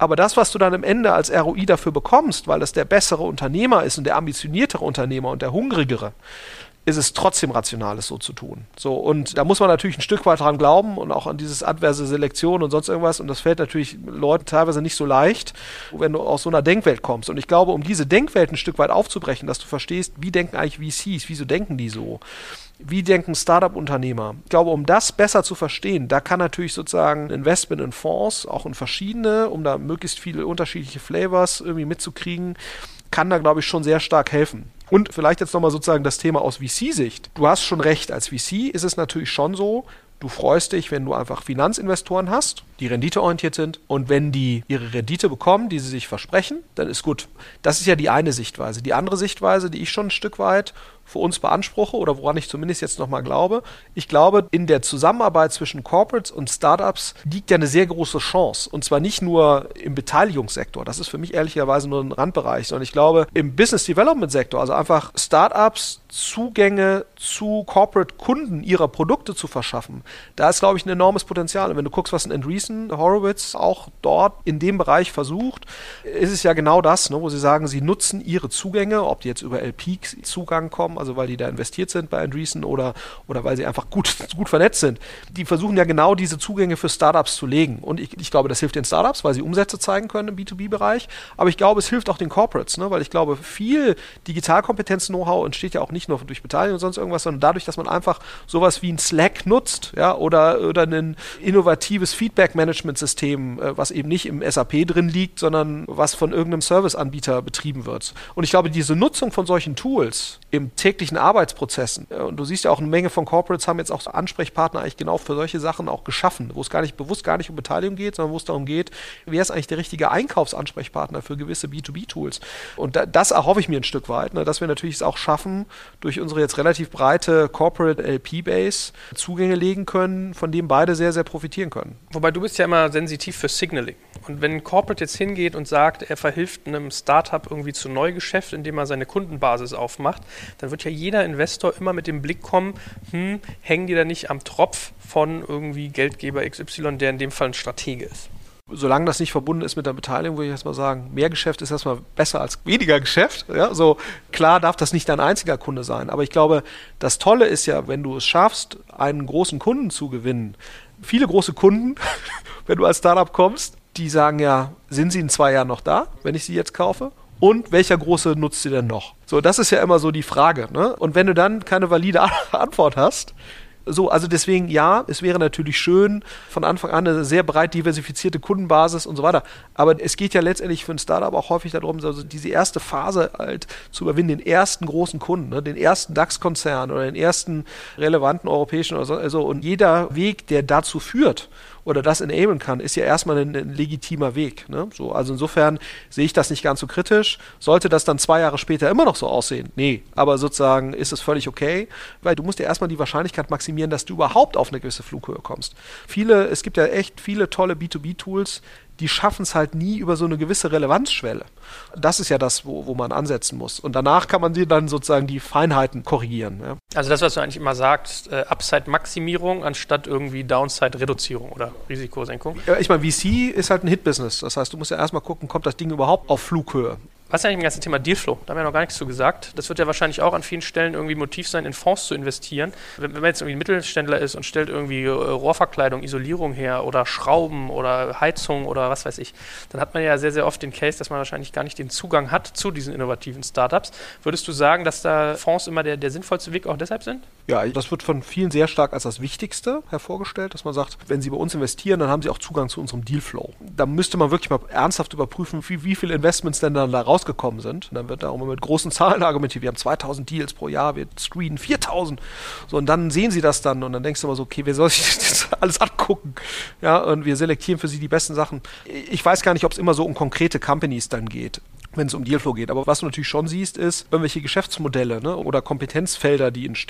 B: Aber das, was du dann am Ende als ROI dafür bekommst, weil das der bessere Unternehmer ist und der ambitioniertere Unternehmer und der hungrigere, ist es trotzdem rational, es so zu tun. So, und da muss man natürlich ein Stück weit dran glauben und auch an dieses adverse Selektion und sonst irgendwas. Und das fällt natürlich Leuten teilweise nicht so leicht, wenn du aus so einer Denkwelt kommst. Und ich glaube, um diese Denkwelt ein Stück weit aufzubrechen, dass du verstehst, wie denken eigentlich VCs, wieso denken die so? Wie denken Startup-Unternehmer? Ich glaube, um das besser zu verstehen, da kann natürlich sozusagen Investment in Fonds, auch in verschiedene, um da möglichst viele unterschiedliche Flavors irgendwie mitzukriegen, kann da, glaube ich, schon sehr stark helfen. Und vielleicht jetzt nochmal sozusagen das Thema aus VC-Sicht. Du hast schon recht, als VC ist es natürlich schon so, du freust dich, wenn du einfach Finanzinvestoren hast, die renditeorientiert sind. Und wenn die ihre Rendite bekommen, die sie sich versprechen, dann ist gut. Das ist ja die eine Sichtweise. Die andere Sichtweise, die ich schon ein Stück weit für uns beanspruche oder woran ich zumindest jetzt nochmal glaube, ich glaube, in der Zusammenarbeit zwischen Corporates und Startups liegt ja eine sehr große Chance. Und zwar nicht nur im Beteiligungssektor, das ist für mich ehrlicherweise nur ein Randbereich, sondern ich glaube, im Business Development Sektor, also einfach Startups Zugänge zu Corporate-Kunden ihrer Produkte zu verschaffen, da ist, glaube ich, ein enormes Potenzial. Und wenn du guckst, was ein Andreessen Horowitz auch dort in dem Bereich versucht, ist es ja genau das, ne, wo sie sagen, sie nutzen ihre Zugänge, ob die jetzt über LP-Zugang kommen, also weil die da investiert sind bei Andreessen oder weil sie einfach gut vernetzt sind. Die versuchen ja genau diese Zugänge für Startups zu legen. Und ich glaube, das hilft den Startups, weil sie Umsätze zeigen können im B2B-Bereich. Aber ich glaube, es hilft auch den Corporates, ne, weil ich glaube, viel Digitalkompetenz-Know-how entsteht ja auch nicht nur durch Beteiligung und sonst irgendwas, sondern dadurch, dass man einfach sowas wie ein Slack nutzt, ja, oder ein innovatives Feedback-Management-System, was eben nicht im SAP drin liegt, sondern was von irgendeinem Serviceanbieter betrieben wird. Und ich glaube, diese Nutzung von solchen Tools im täglichen Arbeitsprozessen, und du siehst ja auch, eine Menge von Corporates haben jetzt auch Ansprechpartner eigentlich genau für solche Sachen auch geschaffen, wo es bewusst gar nicht um Beteiligung geht, sondern wo es darum geht, wer ist eigentlich der richtige Einkaufsansprechpartner für gewisse B2B-Tools. Und das erhoffe ich mir ein Stück weit, ne, dass wir natürlich es auch schaffen, durch unsere jetzt relativ breite Corporate LP-Base Zugänge legen können, von dem beide sehr, sehr profitieren können.
A: Wobei du bist ja immer sensitiv für Signaling. Und wenn ein Corporate jetzt hingeht und sagt, er verhilft einem Startup irgendwie zu Neugeschäft, indem er seine Kundenbasis aufmacht, dann wird ja jeder Investor immer mit dem Blick kommen, hängen die da nicht am Tropf von irgendwie Geldgeber XY, der in dem Fall ein Stratege ist.
B: Solange das nicht verbunden ist mit der Beteiligung, würde ich erstmal sagen, mehr Geschäft ist erstmal besser als weniger Geschäft. Ja, so klar darf das nicht dein einziger Kunde sein. Aber ich glaube, das Tolle ist ja, wenn du es schaffst, einen großen Kunden zu gewinnen. Viele große Kunden, wenn du als Startup kommst, die sagen ja, sind sie in 2 Jahren noch da, wenn ich sie jetzt kaufe? Und welcher große nutzt sie denn noch? So, das ist ja immer so die Frage, ne? Und wenn du dann keine valide Antwort hast, so, also deswegen ja, es wäre natürlich schön, von Anfang an eine sehr breit diversifizierte Kundenbasis und so weiter. Aber es geht ja letztendlich für ein Startup auch häufig darum, also diese erste Phase halt zu überwinden, den ersten großen Kunden, ne, den ersten DAX-Konzern oder den ersten relevanten europäischen oder so. Also, und jeder Weg, der dazu führt oder das enablen kann, ist ja erstmal ein legitimer Weg. Ne? So, also insofern sehe ich das nicht ganz so kritisch. Sollte das dann 2 Jahre später immer noch so aussehen? Nee, aber sozusagen ist es völlig okay, weil du musst ja erstmal die Wahrscheinlichkeit maximieren, dass du überhaupt auf eine gewisse Flughöhe kommst. Es gibt ja echt viele tolle B2B-Tools, die schaffen es halt nie über so eine gewisse Relevanzschwelle. Das ist ja das, wo man ansetzen muss. Und danach kann man dann sozusagen die Feinheiten korrigieren. Ja.
A: Also das, was du eigentlich immer sagst, Upside-Maximierung anstatt irgendwie Downside-Reduzierung oder Risikosenkung.
B: Ja, ich meine, VC ist halt ein Hit-Business. Das heißt, du musst ja erstmal gucken, kommt das Ding überhaupt auf Flughöhe?
A: Was ist eigentlich im ganzen Thema Dealflow? Da haben wir noch gar nichts zu gesagt. Das wird ja wahrscheinlich auch an vielen Stellen irgendwie Motiv sein, in Fonds zu investieren. Wenn man jetzt irgendwie ein Mittelständler ist und stellt irgendwie Rohrverkleidung, Isolierung her oder Schrauben oder Heizung oder was weiß ich, dann hat man ja sehr, sehr oft den Case, dass man wahrscheinlich gar nicht den Zugang hat zu diesen innovativen Startups. Würdest du sagen, dass da Fonds immer der sinnvollste Weg auch deshalb sind?
B: Ja, das wird von vielen sehr stark als das Wichtigste hervorgestellt, dass man sagt, wenn sie bei uns investieren, dann haben sie auch Zugang zu unserem Dealflow. Da müsste man wirklich mal ernsthaft überprüfen, wie viele Investments denn dann da rausgekommen sind. Und dann wird da auch mal mit großen Zahlen argumentiert. Wir haben 2000 Deals pro Jahr, wir screenen 4000. So, und dann sehen sie das dann und dann denkst du immer so, okay, wer soll sich das alles angucken? Ja, und wir selektieren für sie die besten Sachen. Ich weiß gar nicht, ob es immer so um konkrete Companies dann geht, wenn es um Dealflow geht. Aber was du natürlich schon siehst, ist irgendwelche Geschäftsmodelle, ne, oder Kompetenzfelder, die entstehen.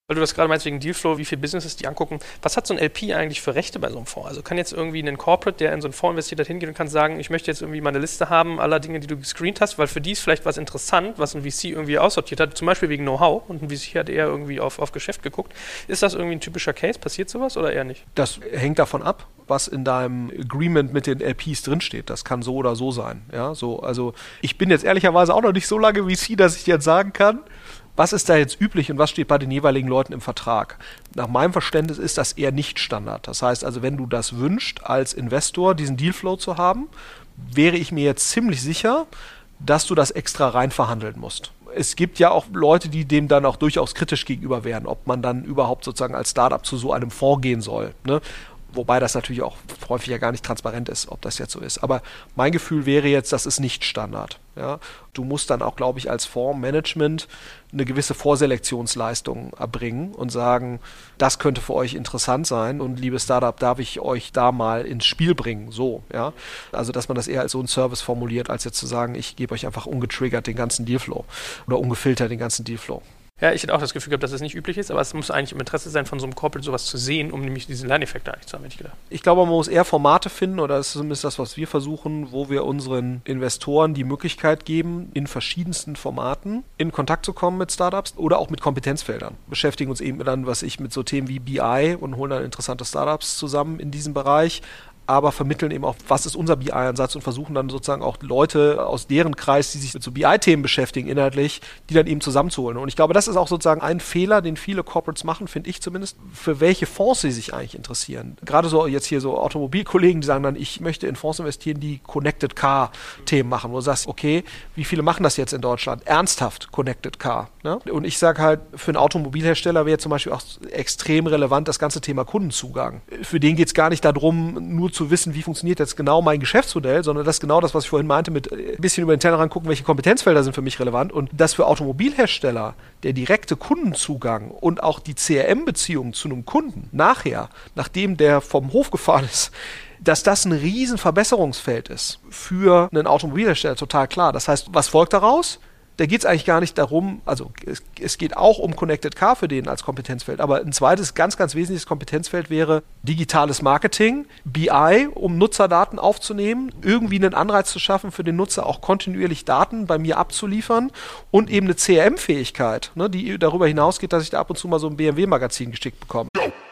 A: Weil du das gerade meinst wegen Dealflow, wie viele Businesses die angucken. Was hat so ein LP eigentlich für Rechte bei so einem Fonds? Also kann jetzt irgendwie ein Corporate, der in so einen Fonds investiert hat, hingehen und kann sagen, ich möchte jetzt irgendwie mal eine Liste haben aller Dinge, die du gescreent hast, weil für die ist vielleicht was interessant, was ein VC irgendwie aussortiert hat, zum Beispiel wegen Know-how, und ein VC hat eher irgendwie auf Geschäft geguckt. Ist das irgendwie ein typischer Case? Passiert sowas oder eher nicht?
B: Das hängt davon ab, was in deinem Agreement mit den LPs drinsteht. Das kann so oder so sein. Ja, so, also ich bin jetzt ehrlicherweise auch noch nicht so lange VC, dass ich jetzt sagen kann, was ist da jetzt üblich und was steht bei den jeweiligen Leuten im Vertrag? Nach meinem Verständnis ist das eher nicht Standard. Das heißt also, wenn du das wünschst, als Investor diesen Dealflow zu haben, wäre ich mir jetzt ziemlich sicher, dass du das extra rein verhandeln musst. Es gibt ja auch Leute, die dem dann auch durchaus kritisch gegenüber wären, ob man dann überhaupt sozusagen als Startup zu so einem Fonds gehen soll, ne? Wobei das natürlich auch häufig ja gar nicht transparent ist, ob das jetzt so ist. Aber mein Gefühl wäre jetzt, das ist nicht Standard. Ja? Du musst dann auch, glaube ich, als Fondsmanagement eine gewisse Vorselektionsleistung erbringen und sagen, das könnte für euch interessant sein und liebes Startup, darf ich euch da mal ins Spiel bringen. So, ja. Also, dass man das eher als so einen Service formuliert, als jetzt zu sagen, ich gebe euch einfach ungetriggert den ganzen Dealflow oder ungefiltert den ganzen Dealflow.
A: Ja, ich hätte auch das Gefühl gehabt, dass es nicht üblich ist, aber es muss eigentlich im Interesse sein, von so einem Corporate sowas zu sehen, um nämlich diesen Lerneffekt eigentlich zu haben, hätte ich gedacht.
B: Ich glaube, man muss eher Formate finden, oder das ist zumindest das, was wir versuchen, wo wir unseren Investoren die Möglichkeit geben, in verschiedensten Formaten in Kontakt zu kommen mit Startups oder auch mit Kompetenzfeldern. Beschäftigen uns eben dann, mit so Themen wie BI und holen dann interessante Startups zusammen in diesem Bereich, aber vermitteln eben auch, was ist unser BI-Ansatz und versuchen dann sozusagen auch Leute aus deren Kreis, die sich mit so BI-Themen beschäftigen inhaltlich, die dann eben zusammenzuholen. Und ich glaube, das ist auch sozusagen ein Fehler, den viele Corporates machen, finde ich zumindest, für welche Fonds sie sich eigentlich interessieren. Gerade so jetzt hier so Automobilkollegen, die sagen dann, ich möchte in Fonds investieren, die Connected Car-Themen machen, wo du sagst, okay, wie viele machen das jetzt in Deutschland? Ernsthaft Connected Car. Ne? Und ich sage halt, für einen Automobilhersteller wäre zum Beispiel auch extrem relevant das ganze Thema Kundenzugang. Für den geht es gar nicht darum, nur zu wissen, wie funktioniert jetzt genau mein Geschäftsmodell, sondern das ist genau das, was ich vorhin meinte, mit ein bisschen über den Tellerrand gucken, welche Kompetenzfelder sind für mich relevant. Und das für Automobilhersteller, der direkte Kundenzugang und auch die CRM-Beziehung zu einem Kunden nachher, nachdem der vom Hof gefahren ist, dass das ein riesen Verbesserungsfeld ist für einen Automobilhersteller, total klar. Das heißt, was folgt daraus? Da geht es eigentlich gar nicht darum, also es geht auch um Connected Car für den als Kompetenzfeld, aber ein zweites ganz, ganz wesentliches Kompetenzfeld wäre digitales Marketing, BI, um Nutzerdaten aufzunehmen, irgendwie einen Anreiz zu schaffen, für den Nutzer auch kontinuierlich Daten bei mir abzuliefern und eben eine CRM-Fähigkeit, ne, die darüber hinausgeht, dass ich da ab und zu mal so ein BMW-Magazin geschickt bekomme.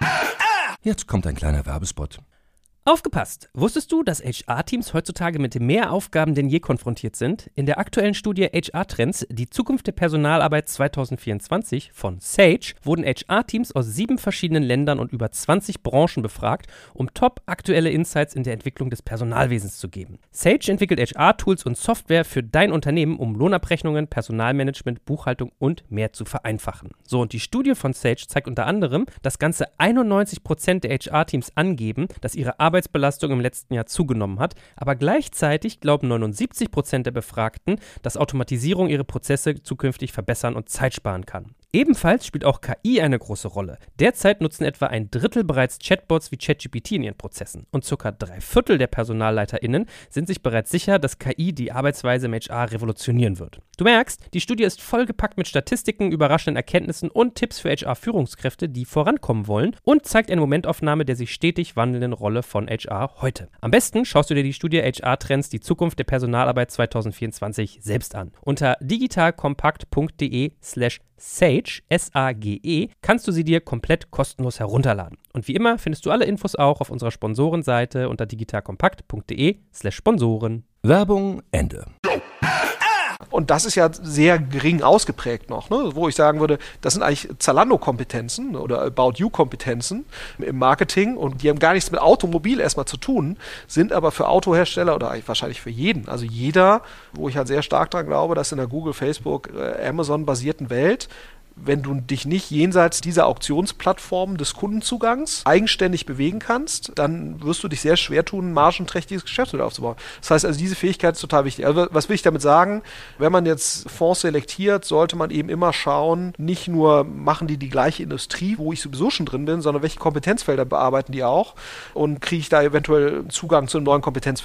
D: Jetzt kommt ein kleiner Werbespot.
C: Aufgepasst! Wusstest du, dass HR-Teams heutzutage mit mehr Aufgaben denn je konfrontiert sind? In der aktuellen Studie HR-Trends, die Zukunft der Personalarbeit 2024 von Sage, wurden HR-Teams aus 7 verschiedenen Ländern und über 20 Branchen befragt, um top-aktuelle Insights in der Entwicklung des Personalwesens zu geben. Sage entwickelt HR-Tools und Software für dein Unternehmen, um Lohnabrechnungen, Personalmanagement, Buchhaltung und mehr zu vereinfachen. So, und die Studie von Sage zeigt unter anderem, dass ganze 91% der HR-Teams angeben, dass ihre Arbeitsbelastung im letzten Jahr zugenommen hat, aber gleichzeitig glauben 79% der Befragten, dass Automatisierung ihre Prozesse zukünftig verbessern und Zeit sparen kann. Ebenfalls spielt auch KI eine große Rolle. Derzeit nutzen etwa 1/3 bereits Chatbots wie ChatGPT in ihren Prozessen und ca. 3/4 der PersonalleiterInnen sind sich bereits sicher, dass KI die Arbeitsweise im HR revolutionieren wird. Du merkst, die Studie ist vollgepackt mit Statistiken, überraschenden Erkenntnissen und Tipps für HR-Führungskräfte, die vorankommen wollen und zeigt eine Momentaufnahme der sich stetig wandelnden Rolle von HR heute. Am besten schaust du dir die Studie HR-Trends, die Zukunft der Personalarbeit 2024 selbst an. Unter digitalkompakt.de/Sage, S-A-G-E, kannst du sie dir komplett kostenlos herunterladen. Und wie immer findest du alle Infos auch auf unserer Sponsorenseite unter digitalkompakt.de/Sponsoren.
D: Werbung Ende.
B: Und das ist ja sehr gering ausgeprägt noch, ne? Wo ich sagen würde, das sind eigentlich Zalando-Kompetenzen oder About-You-Kompetenzen im Marketing und die haben gar nichts mit Automobil erstmal zu tun, sind aber für Autohersteller oder eigentlich wahrscheinlich für jeden, also jeder, wo ich halt sehr stark dran glaube, dass in der Google, Facebook, Amazon-basierten Welt, wenn du dich nicht jenseits dieser Auktionsplattformen des Kundenzugangs eigenständig bewegen kannst, dann wirst du dich sehr schwer tun, ein margenträchtiges Geschäftsmodell aufzubauen. Das heißt also, diese Fähigkeit ist total wichtig. Also, was will ich damit sagen? Wenn man jetzt Fonds selektiert, sollte man eben immer schauen, nicht nur machen die gleiche Industrie, wo ich sowieso schon drin bin, sondern welche Kompetenzfelder bearbeiten die auch und kriege ich da eventuell Zugang zu einem neuen Kompetenzfeld.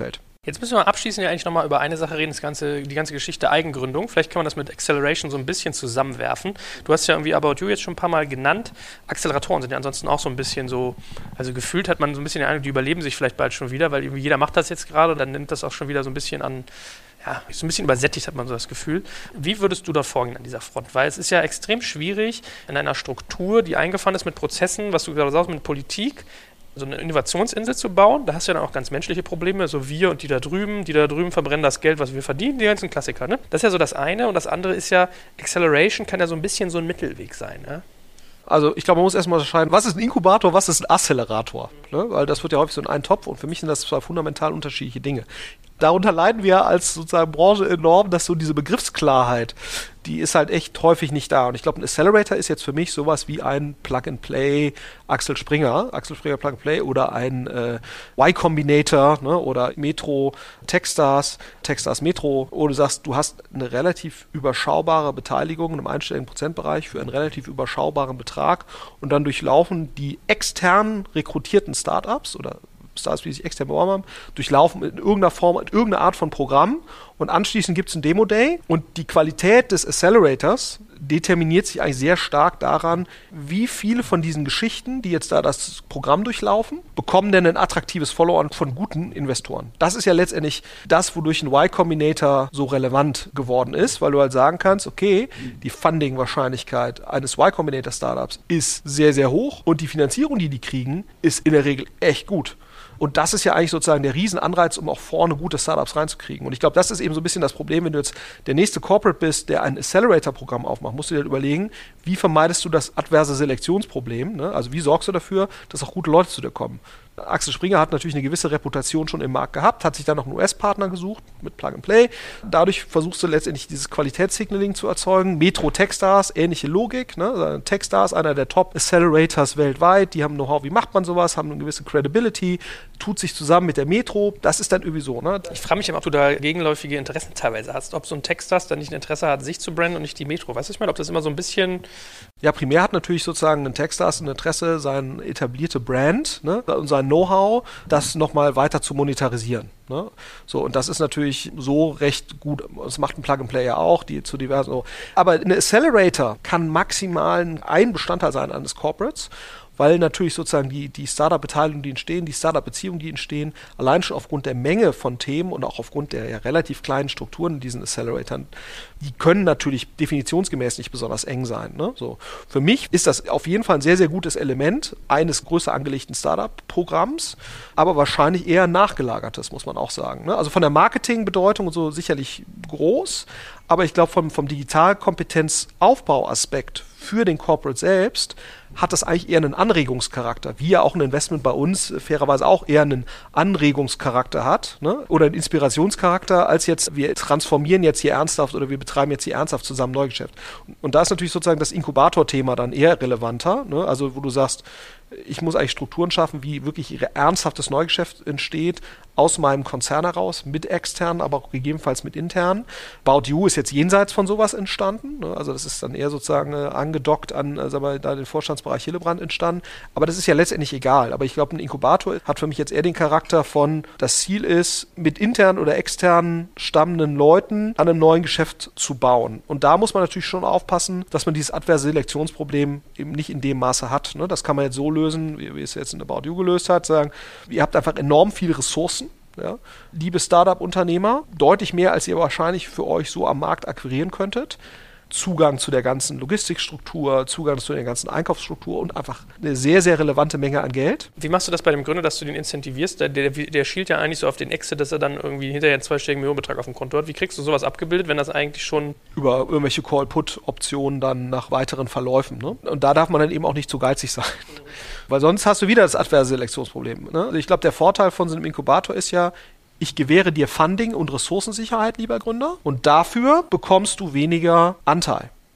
A: Jetzt müssen wir abschließend ja eigentlich nochmal über eine Sache reden, die ganze Geschichte Eigengründung. Vielleicht kann man das mit Acceleration so ein bisschen zusammenwerfen. Du hast ja irgendwie About You jetzt schon ein paar Mal genannt. Acceleratoren sind ja ansonsten auch so ein bisschen so, also gefühlt hat man so ein bisschen den Eindruck, die überleben sich vielleicht bald schon wieder, weil irgendwie jeder macht das jetzt gerade und dann nimmt das auch schon wieder so ein bisschen an, ja, so ein bisschen übersättigt hat man so das Gefühl. Wie würdest du da vorgehen an dieser Front? Weil es ist ja extrem schwierig, in einer Struktur, die eingefahren ist mit Prozessen, was du gerade sagst, mit Politik, so eine Innovationsinsel zu bauen. Da hast du ja dann auch ganz menschliche Probleme, so wir und die da drüben verbrennen das Geld, was wir verdienen, die ganzen Klassiker, ne? Das ist ja so das eine und das andere ist ja, Acceleration kann ja so ein bisschen so ein Mittelweg sein, ne?
B: Also ich glaube, man muss erstmal unterscheiden, was ist ein Inkubator, was ist ein Accelerator, ne? Weil das wird ja häufig so in einen Topf und für mich sind das zwei fundamental unterschiedliche Dinge. Darunter leiden wir als sozusagen Branche enorm, dass so diese Begriffsklarheit, die ist halt echt häufig nicht da. Und ich glaube, ein Accelerator ist jetzt für mich sowas wie ein Plug-and-Play Axel Springer Plug-and-Play oder ein Y-Combinator, ne, oder Metro Techstars Metro, wo du sagst, du hast eine relativ überschaubare Beteiligung im einstelligen Prozentbereich für einen relativ überschaubaren Betrag und dann durchlaufen die extern rekrutierten Startups oder Startups, die sich extern beworben haben, durchlaufen in irgendeiner Form, in irgendeiner Art von Programm und anschließend gibt es einen Demo-Day und die Qualität des Accelerators determiniert sich eigentlich sehr stark daran, wie viele von diesen Geschichten, die jetzt da das Programm durchlaufen, bekommen denn ein attraktives Follow-on von guten Investoren. Das ist ja letztendlich das, wodurch ein Y-Combinator so relevant geworden ist, weil du halt sagen kannst, okay, die Funding-Wahrscheinlichkeit eines Y-Combinator-Startups ist sehr, sehr hoch und die Finanzierung, die kriegen, ist in der Regel echt gut. Und das ist ja eigentlich sozusagen der Riesenanreiz, um auch vorne gute Startups reinzukriegen. Und ich glaube, das ist eben so ein bisschen das Problem, wenn du jetzt der nächste Corporate bist, der ein Accelerator-Programm aufmacht, musst du dir überlegen, wie vermeidest du das adverse Selektionsproblem, ne? Also wie sorgst du dafür, dass auch gute Leute zu dir kommen. Axel Springer hat natürlich eine gewisse Reputation schon im Markt gehabt, hat sich dann noch einen US-Partner gesucht mit Plug and Play. Dadurch versuchst du letztendlich dieses Qualitätssignaling zu erzeugen. Metro Techstars, ähnliche Logik. Ne? Techstars, einer der Top-Accelerators weltweit, die haben Know-how, wie macht man sowas, haben eine gewisse Credibility, tut sich zusammen mit der Metro. Das ist dann irgendwie so. Ne?
A: Ich frage mich immer, ob du da gegenläufige Interessen teilweise hast. Ob so ein Techstars dann nicht ein Interesse hat, sich zu branden und nicht die Metro. Weißt du, ich meine, ob das immer so ein bisschen...
B: Ja, primär hat natürlich sozusagen ein Techstars ein Interesse, seine etablierte Brand, ne, und sein Know-how, das nochmal weiter zu monetarisieren. Ne? So, und das ist natürlich so recht gut. Das macht ein Plug-and-Play ja auch, die zu diversen. So. Aber ein Accelerator kann maximal ein Bestandteil sein eines Corporates, weil natürlich sozusagen die Startup-Beteiligungen, die entstehen, die Startup-Beziehungen, die entstehen, allein schon aufgrund der Menge von Themen und auch aufgrund der ja relativ kleinen Strukturen in diesen Acceleratoren, die können natürlich definitionsgemäß nicht besonders eng sein. Ne? So. Für mich ist das auf jeden Fall ein sehr, sehr gutes Element eines größer angelegten Startup-Programms, aber wahrscheinlich eher nachgelagertes, muss man auch sagen. Ne? Also von der Marketingbedeutung und so sicherlich groß, aber ich glaube vom Digitalkompetenzaufbauaspekt für den Corporate selbst hat das eigentlich eher einen Anregungscharakter, wie ja auch ein Investment bei uns fairerweise auch eher einen Anregungscharakter hat, ne? Oder einen Inspirationscharakter, als jetzt wir transformieren jetzt hier ernsthaft oder wir betreiben jetzt hier ernsthaft zusammen Neugeschäft. Und da ist natürlich sozusagen das Inkubator-Thema dann eher relevanter, ne? Also wo du sagst, ich muss eigentlich Strukturen schaffen, wie wirklich ernsthaftes Neugeschäft entsteht, aus meinem Konzern heraus, mit externen, aber auch gegebenenfalls mit internen. About You ist jetzt jenseits von sowas entstanden, ne? Also das ist dann eher sozusagen angedockt an den Vorstandsbereich Hillebrand entstanden, aber das ist ja letztendlich egal. Aber ich glaube, ein Inkubator hat für mich jetzt eher den Charakter von, das Ziel ist, mit internen oder externen stammenden Leuten an einem neuen Geschäft zu bauen. Und da muss man natürlich schon aufpassen, dass man dieses adverse Selektionsproblem eben nicht in dem Maße hat. Ne? Das kann man jetzt so lösen, wie es jetzt in About You gelöst hat, sagen, ihr habt einfach enorm viele Ressourcen. Ja, liebe Startup-Unternehmer, deutlich mehr, als ihr wahrscheinlich für euch so am Markt akquirieren könntet. Zugang zu der ganzen Logistikstruktur, Zugang zu der ganzen Einkaufsstruktur und einfach eine sehr, sehr relevante Menge an Geld.
A: Wie machst du das bei dem Gründer, dass du den incentivierst? Der schielt ja eigentlich so auf den Exit, dass er dann irgendwie hinterher einen zweistelligen Millionenbetrag auf dem Konto hat. Wie kriegst du sowas abgebildet, wenn das eigentlich schon...
B: Über irgendwelche Call-Put-Optionen dann nach weiteren Verläufen. Ne? Und da darf man dann eben auch nicht zu geizig sein. Weil sonst hast du wieder das adverse Selektionsproblem. Ne? Also ich glaube, der Vorteil von so einem Inkubator ist ja, ich gewähre dir Funding und Ressourcensicherheit, lieber Gründer, und dafür bekommst du weniger Anteil.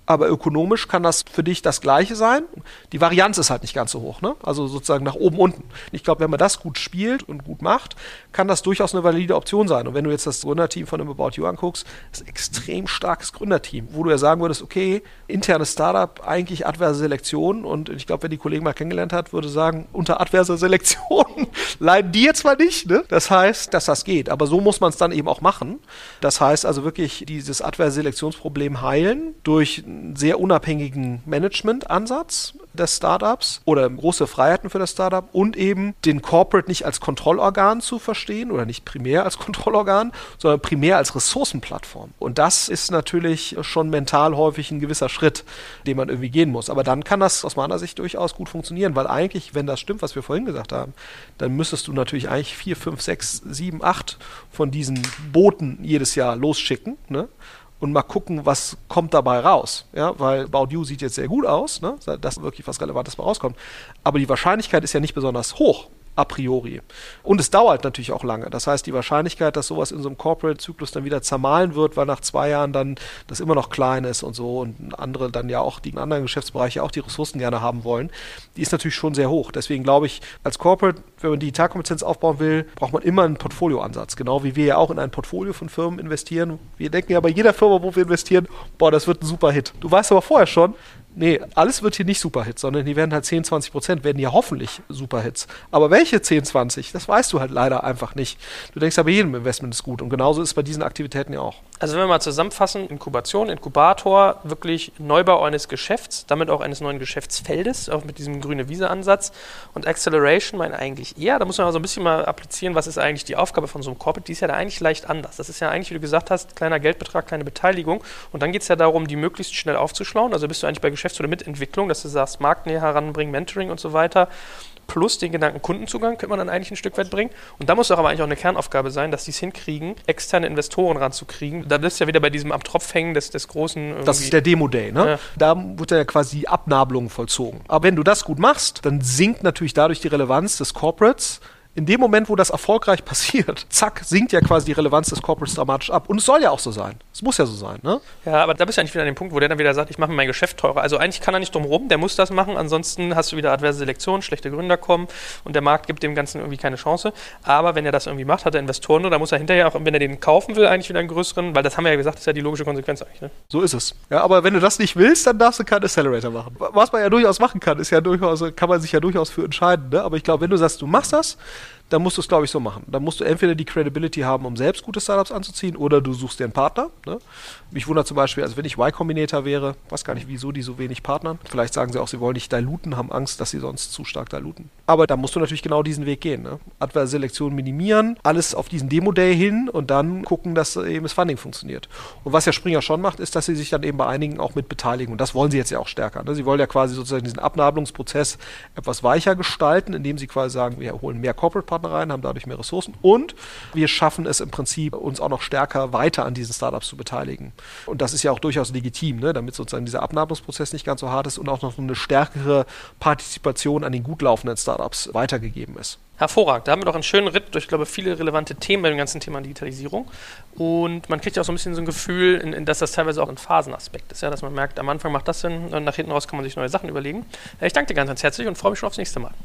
B: aber ökonomisch kann das für dich das Gleiche sein. Die Varianz ist halt nicht ganz so hoch, ne? Also sozusagen nach oben, unten. Ich glaube, wenn man das gut spielt und gut macht, kann das durchaus eine valide Option sein. Und wenn du jetzt das Gründerteam von einem About You anguckst, ist ein extrem starkes Gründerteam, wo du ja sagen würdest, okay, internes Startup, eigentlich adverse Selektion, und ich glaube, wenn die Kollegen mal kennengelernt hat, würde sagen, unter adverser Selektion leiden die jetzt mal nicht, ne? Das heißt, dass das geht, aber so muss man es dann eben auch machen. Das heißt also wirklich dieses adverse Selektionsproblem heilen durch einen sehr unabhängigen Management-Ansatz des Startups oder große Freiheiten für das Startup und eben den Corporate nicht als Kontrollorgan zu verstehen oder nicht primär als Kontrollorgan, sondern primär als Ressourcenplattform. Und das ist natürlich schon mental häufig ein gewisser Schritt, den man irgendwie gehen muss. Aber dann kann das aus meiner Sicht durchaus gut funktionieren, weil eigentlich, wenn das stimmt, was wir vorhin gesagt haben, dann müsstest du natürlich eigentlich 4, 5, 6, 7, 8 von diesen Booten jedes Jahr losschicken, ne? Und mal gucken, was kommt dabei raus. Ja, weil About You sieht jetzt sehr gut aus, ne? Dass wirklich was Relevantes mal rauskommt. Aber die Wahrscheinlichkeit ist ja nicht besonders hoch, a priori. Und es dauert natürlich auch lange. Das heißt, die Wahrscheinlichkeit, dass sowas in so einem Corporate-Zyklus dann wieder zermahlen wird, weil nach 2 Jahren dann das immer noch klein ist und so und andere dann ja auch, die in anderen Geschäftsbereiche auch die Ressourcen gerne haben wollen, die ist natürlich schon sehr hoch. Deswegen glaube ich, als Corporate, wenn man Digitalkompetenz aufbauen will, braucht man immer einen Portfolioansatz. Genau wie wir ja auch in ein Portfolio von Firmen investieren. Wir denken ja bei jeder Firma, wo wir investieren, boah, das wird ein super Hit. Du weißt aber vorher schon, nee, alles wird hier nicht Superhits, sondern die werden halt 10-20% werden ja hoffentlich Superhits. Aber welche 10-20, das weißt du halt leider einfach nicht. Du denkst aber, jedem Investment ist gut. Und genauso ist es bei diesen Aktivitäten ja auch.
A: Also wenn wir mal zusammenfassen, Inkubation, Inkubator, wirklich Neubau eines Geschäfts, damit auch eines neuen Geschäftsfeldes, auch mit diesem grüne Wiese-Ansatz. Und Acceleration meine eigentlich eher, da muss man mal so ein bisschen mal applizieren, was ist eigentlich die Aufgabe von so einem Corporate, die ist ja da eigentlich leicht anders. Das ist ja eigentlich, wie du gesagt hast, kleiner Geldbetrag, kleine Beteiligung. Und dann geht es ja darum, die möglichst schnell aufzuschlauen. Also bist du eigentlich bei Geschäfts- oder Mitentwicklung, dass du sagst, Marktnähe heranbringen, Mentoring und so weiter. Plus den Gedanken Kundenzugang könnte man dann eigentlich ein Stück weit bringen. Und da muss doch aber eigentlich auch eine Kernaufgabe sein, dass die es hinkriegen, externe Investoren ranzukriegen. Da bist du ja wieder bei diesem am Tropf hängen des großen... Irgendwie.
B: Das ist der Demo-Day, ne? Ja. Da wird ja quasi die Abnabelung vollzogen. Aber wenn du das gut machst, dann sinkt natürlich dadurch die Relevanz des Corporates. In dem Moment, wo das erfolgreich passiert, zack, sinkt ja quasi die Relevanz des Corporates dramatisch ab. Und es soll ja auch so sein. Es muss ja so sein, ne?
A: Ja, aber da bist du eigentlich wieder an dem Punkt, wo der dann wieder sagt, ich mache mein Geschäft teurer. Also eigentlich kann er nicht drum rum, der muss das machen. Ansonsten hast du wieder adverse Selektion, schlechte Gründer kommen und der Markt gibt dem Ganzen irgendwie keine Chance. Aber wenn er das irgendwie macht, hat er Investoren nur, da muss er hinterher auch, wenn er den kaufen will, eigentlich wieder einen größeren, weil das haben wir ja gesagt, das ist ja die logische Konsequenz eigentlich, ne?
B: So ist es. Ja, aber wenn du das nicht willst, dann darfst du keinen Accelerator machen. Was man ja durchaus machen kann, ist ja durchaus, kann man sich ja durchaus für entscheiden, ne? Aber ich glaube, wenn du sagst, du machst das, dann musst du es, glaube ich, so machen. Dann musst du entweder die Credibility haben, um selbst gute Startups anzuziehen, oder du suchst dir einen Partner. Ne? Mich wundert zum Beispiel, also wenn ich Y Combinator wäre, weiß gar nicht, wieso die so wenig partnern. Vielleicht sagen sie auch, sie wollen nicht diluten, haben Angst, dass sie sonst zu stark diluten. Aber da musst du natürlich genau diesen Weg gehen. Ne? Adverse Selektion minimieren, alles auf diesen Demo-Day hin und dann gucken, dass eben das Funding funktioniert. Und was ja Springer schon macht, ist, dass sie sich dann eben bei einigen auch mit beteiligen. Und das wollen sie jetzt ja auch stärker. Ne? Sie wollen ja quasi sozusagen diesen Abnabelungsprozess etwas weicher gestalten, indem sie quasi sagen, wir holen mehr Corporate-Partner rein, haben dadurch mehr Ressourcen und wir schaffen es im Prinzip, uns auch noch stärker weiter an diesen Startups zu beteiligen. Und das ist ja auch durchaus legitim, ne? Damit sozusagen dieser Abnabelungsprozess nicht ganz so hart ist und auch noch eine stärkere Partizipation an den gut laufenden Startups weitergegeben ist.
A: Hervorragend. Da haben wir doch einen schönen Ritt durch, glaube ich, viele relevante Themen bei dem ganzen Thema Digitalisierung. Und man kriegt ja auch so ein bisschen so ein Gefühl, dass das teilweise auch ein Phasenaspekt ist, ja, dass man merkt, am Anfang macht das Sinn und nach hinten raus kann man sich neue Sachen überlegen. Ich danke dir ganz herzlich und freue mich schon aufs nächste Mal.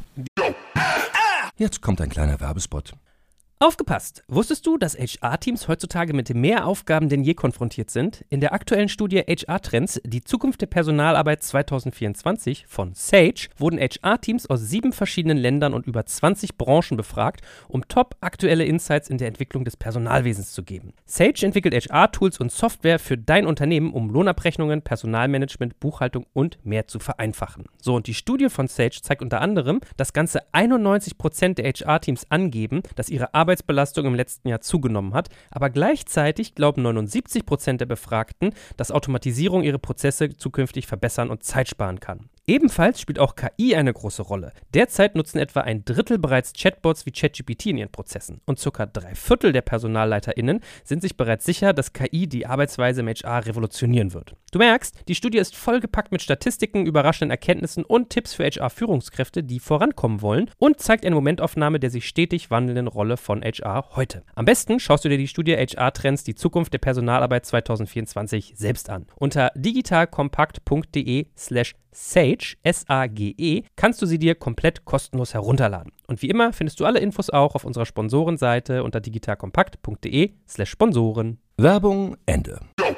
D: Jetzt kommt ein kleiner Werbespot.
C: Aufgepasst! Wusstest du, dass HR-Teams heutzutage mit mehr Aufgaben denn je konfrontiert sind? In der aktuellen Studie HR-Trends, die Zukunft der Personalarbeit 2024 von Sage, wurden HR-Teams aus 7 verschiedenen Ländern und über 20 Branchen befragt, um top-aktuelle Insights in der Entwicklung des Personalwesens zu geben. Sage entwickelt HR-Tools und Software für dein Unternehmen, um Lohnabrechnungen, Personalmanagement, Buchhaltung und mehr zu vereinfachen. So, und die Studie von Sage zeigt unter anderem, dass ganze 91% der HR-Teams angeben, dass ihre Arbeitsbelastung im letzten Jahr zugenommen hat, aber gleichzeitig glauben 79% der Befragten, dass Automatisierung ihre Prozesse zukünftig verbessern und Zeit sparen kann. Ebenfalls spielt auch KI eine große Rolle. Derzeit nutzen etwa 1/3 bereits Chatbots wie ChatGPT in ihren Prozessen und ca. 3/4 der PersonalleiterInnen sind sich bereits sicher, dass KI die Arbeitsweise im HR revolutionieren wird. Du merkst, die Studie ist vollgepackt mit Statistiken, überraschenden Erkenntnissen und Tipps für HR-Führungskräfte, die vorankommen wollen und zeigt eine Momentaufnahme der sich stetig wandelnden Rolle von HR heute. Am besten schaust du dir die Studie HR-Trends, die Zukunft der Personalarbeit 2024 selbst an. Unter digitalkompakt.de/Sage, S-A-G-E, kannst du sie dir komplett kostenlos herunterladen. Und wie immer findest du alle Infos auch auf unserer Sponsorenseite unter digitalkompakt.de/Sponsoren.
D: Werbung Ende.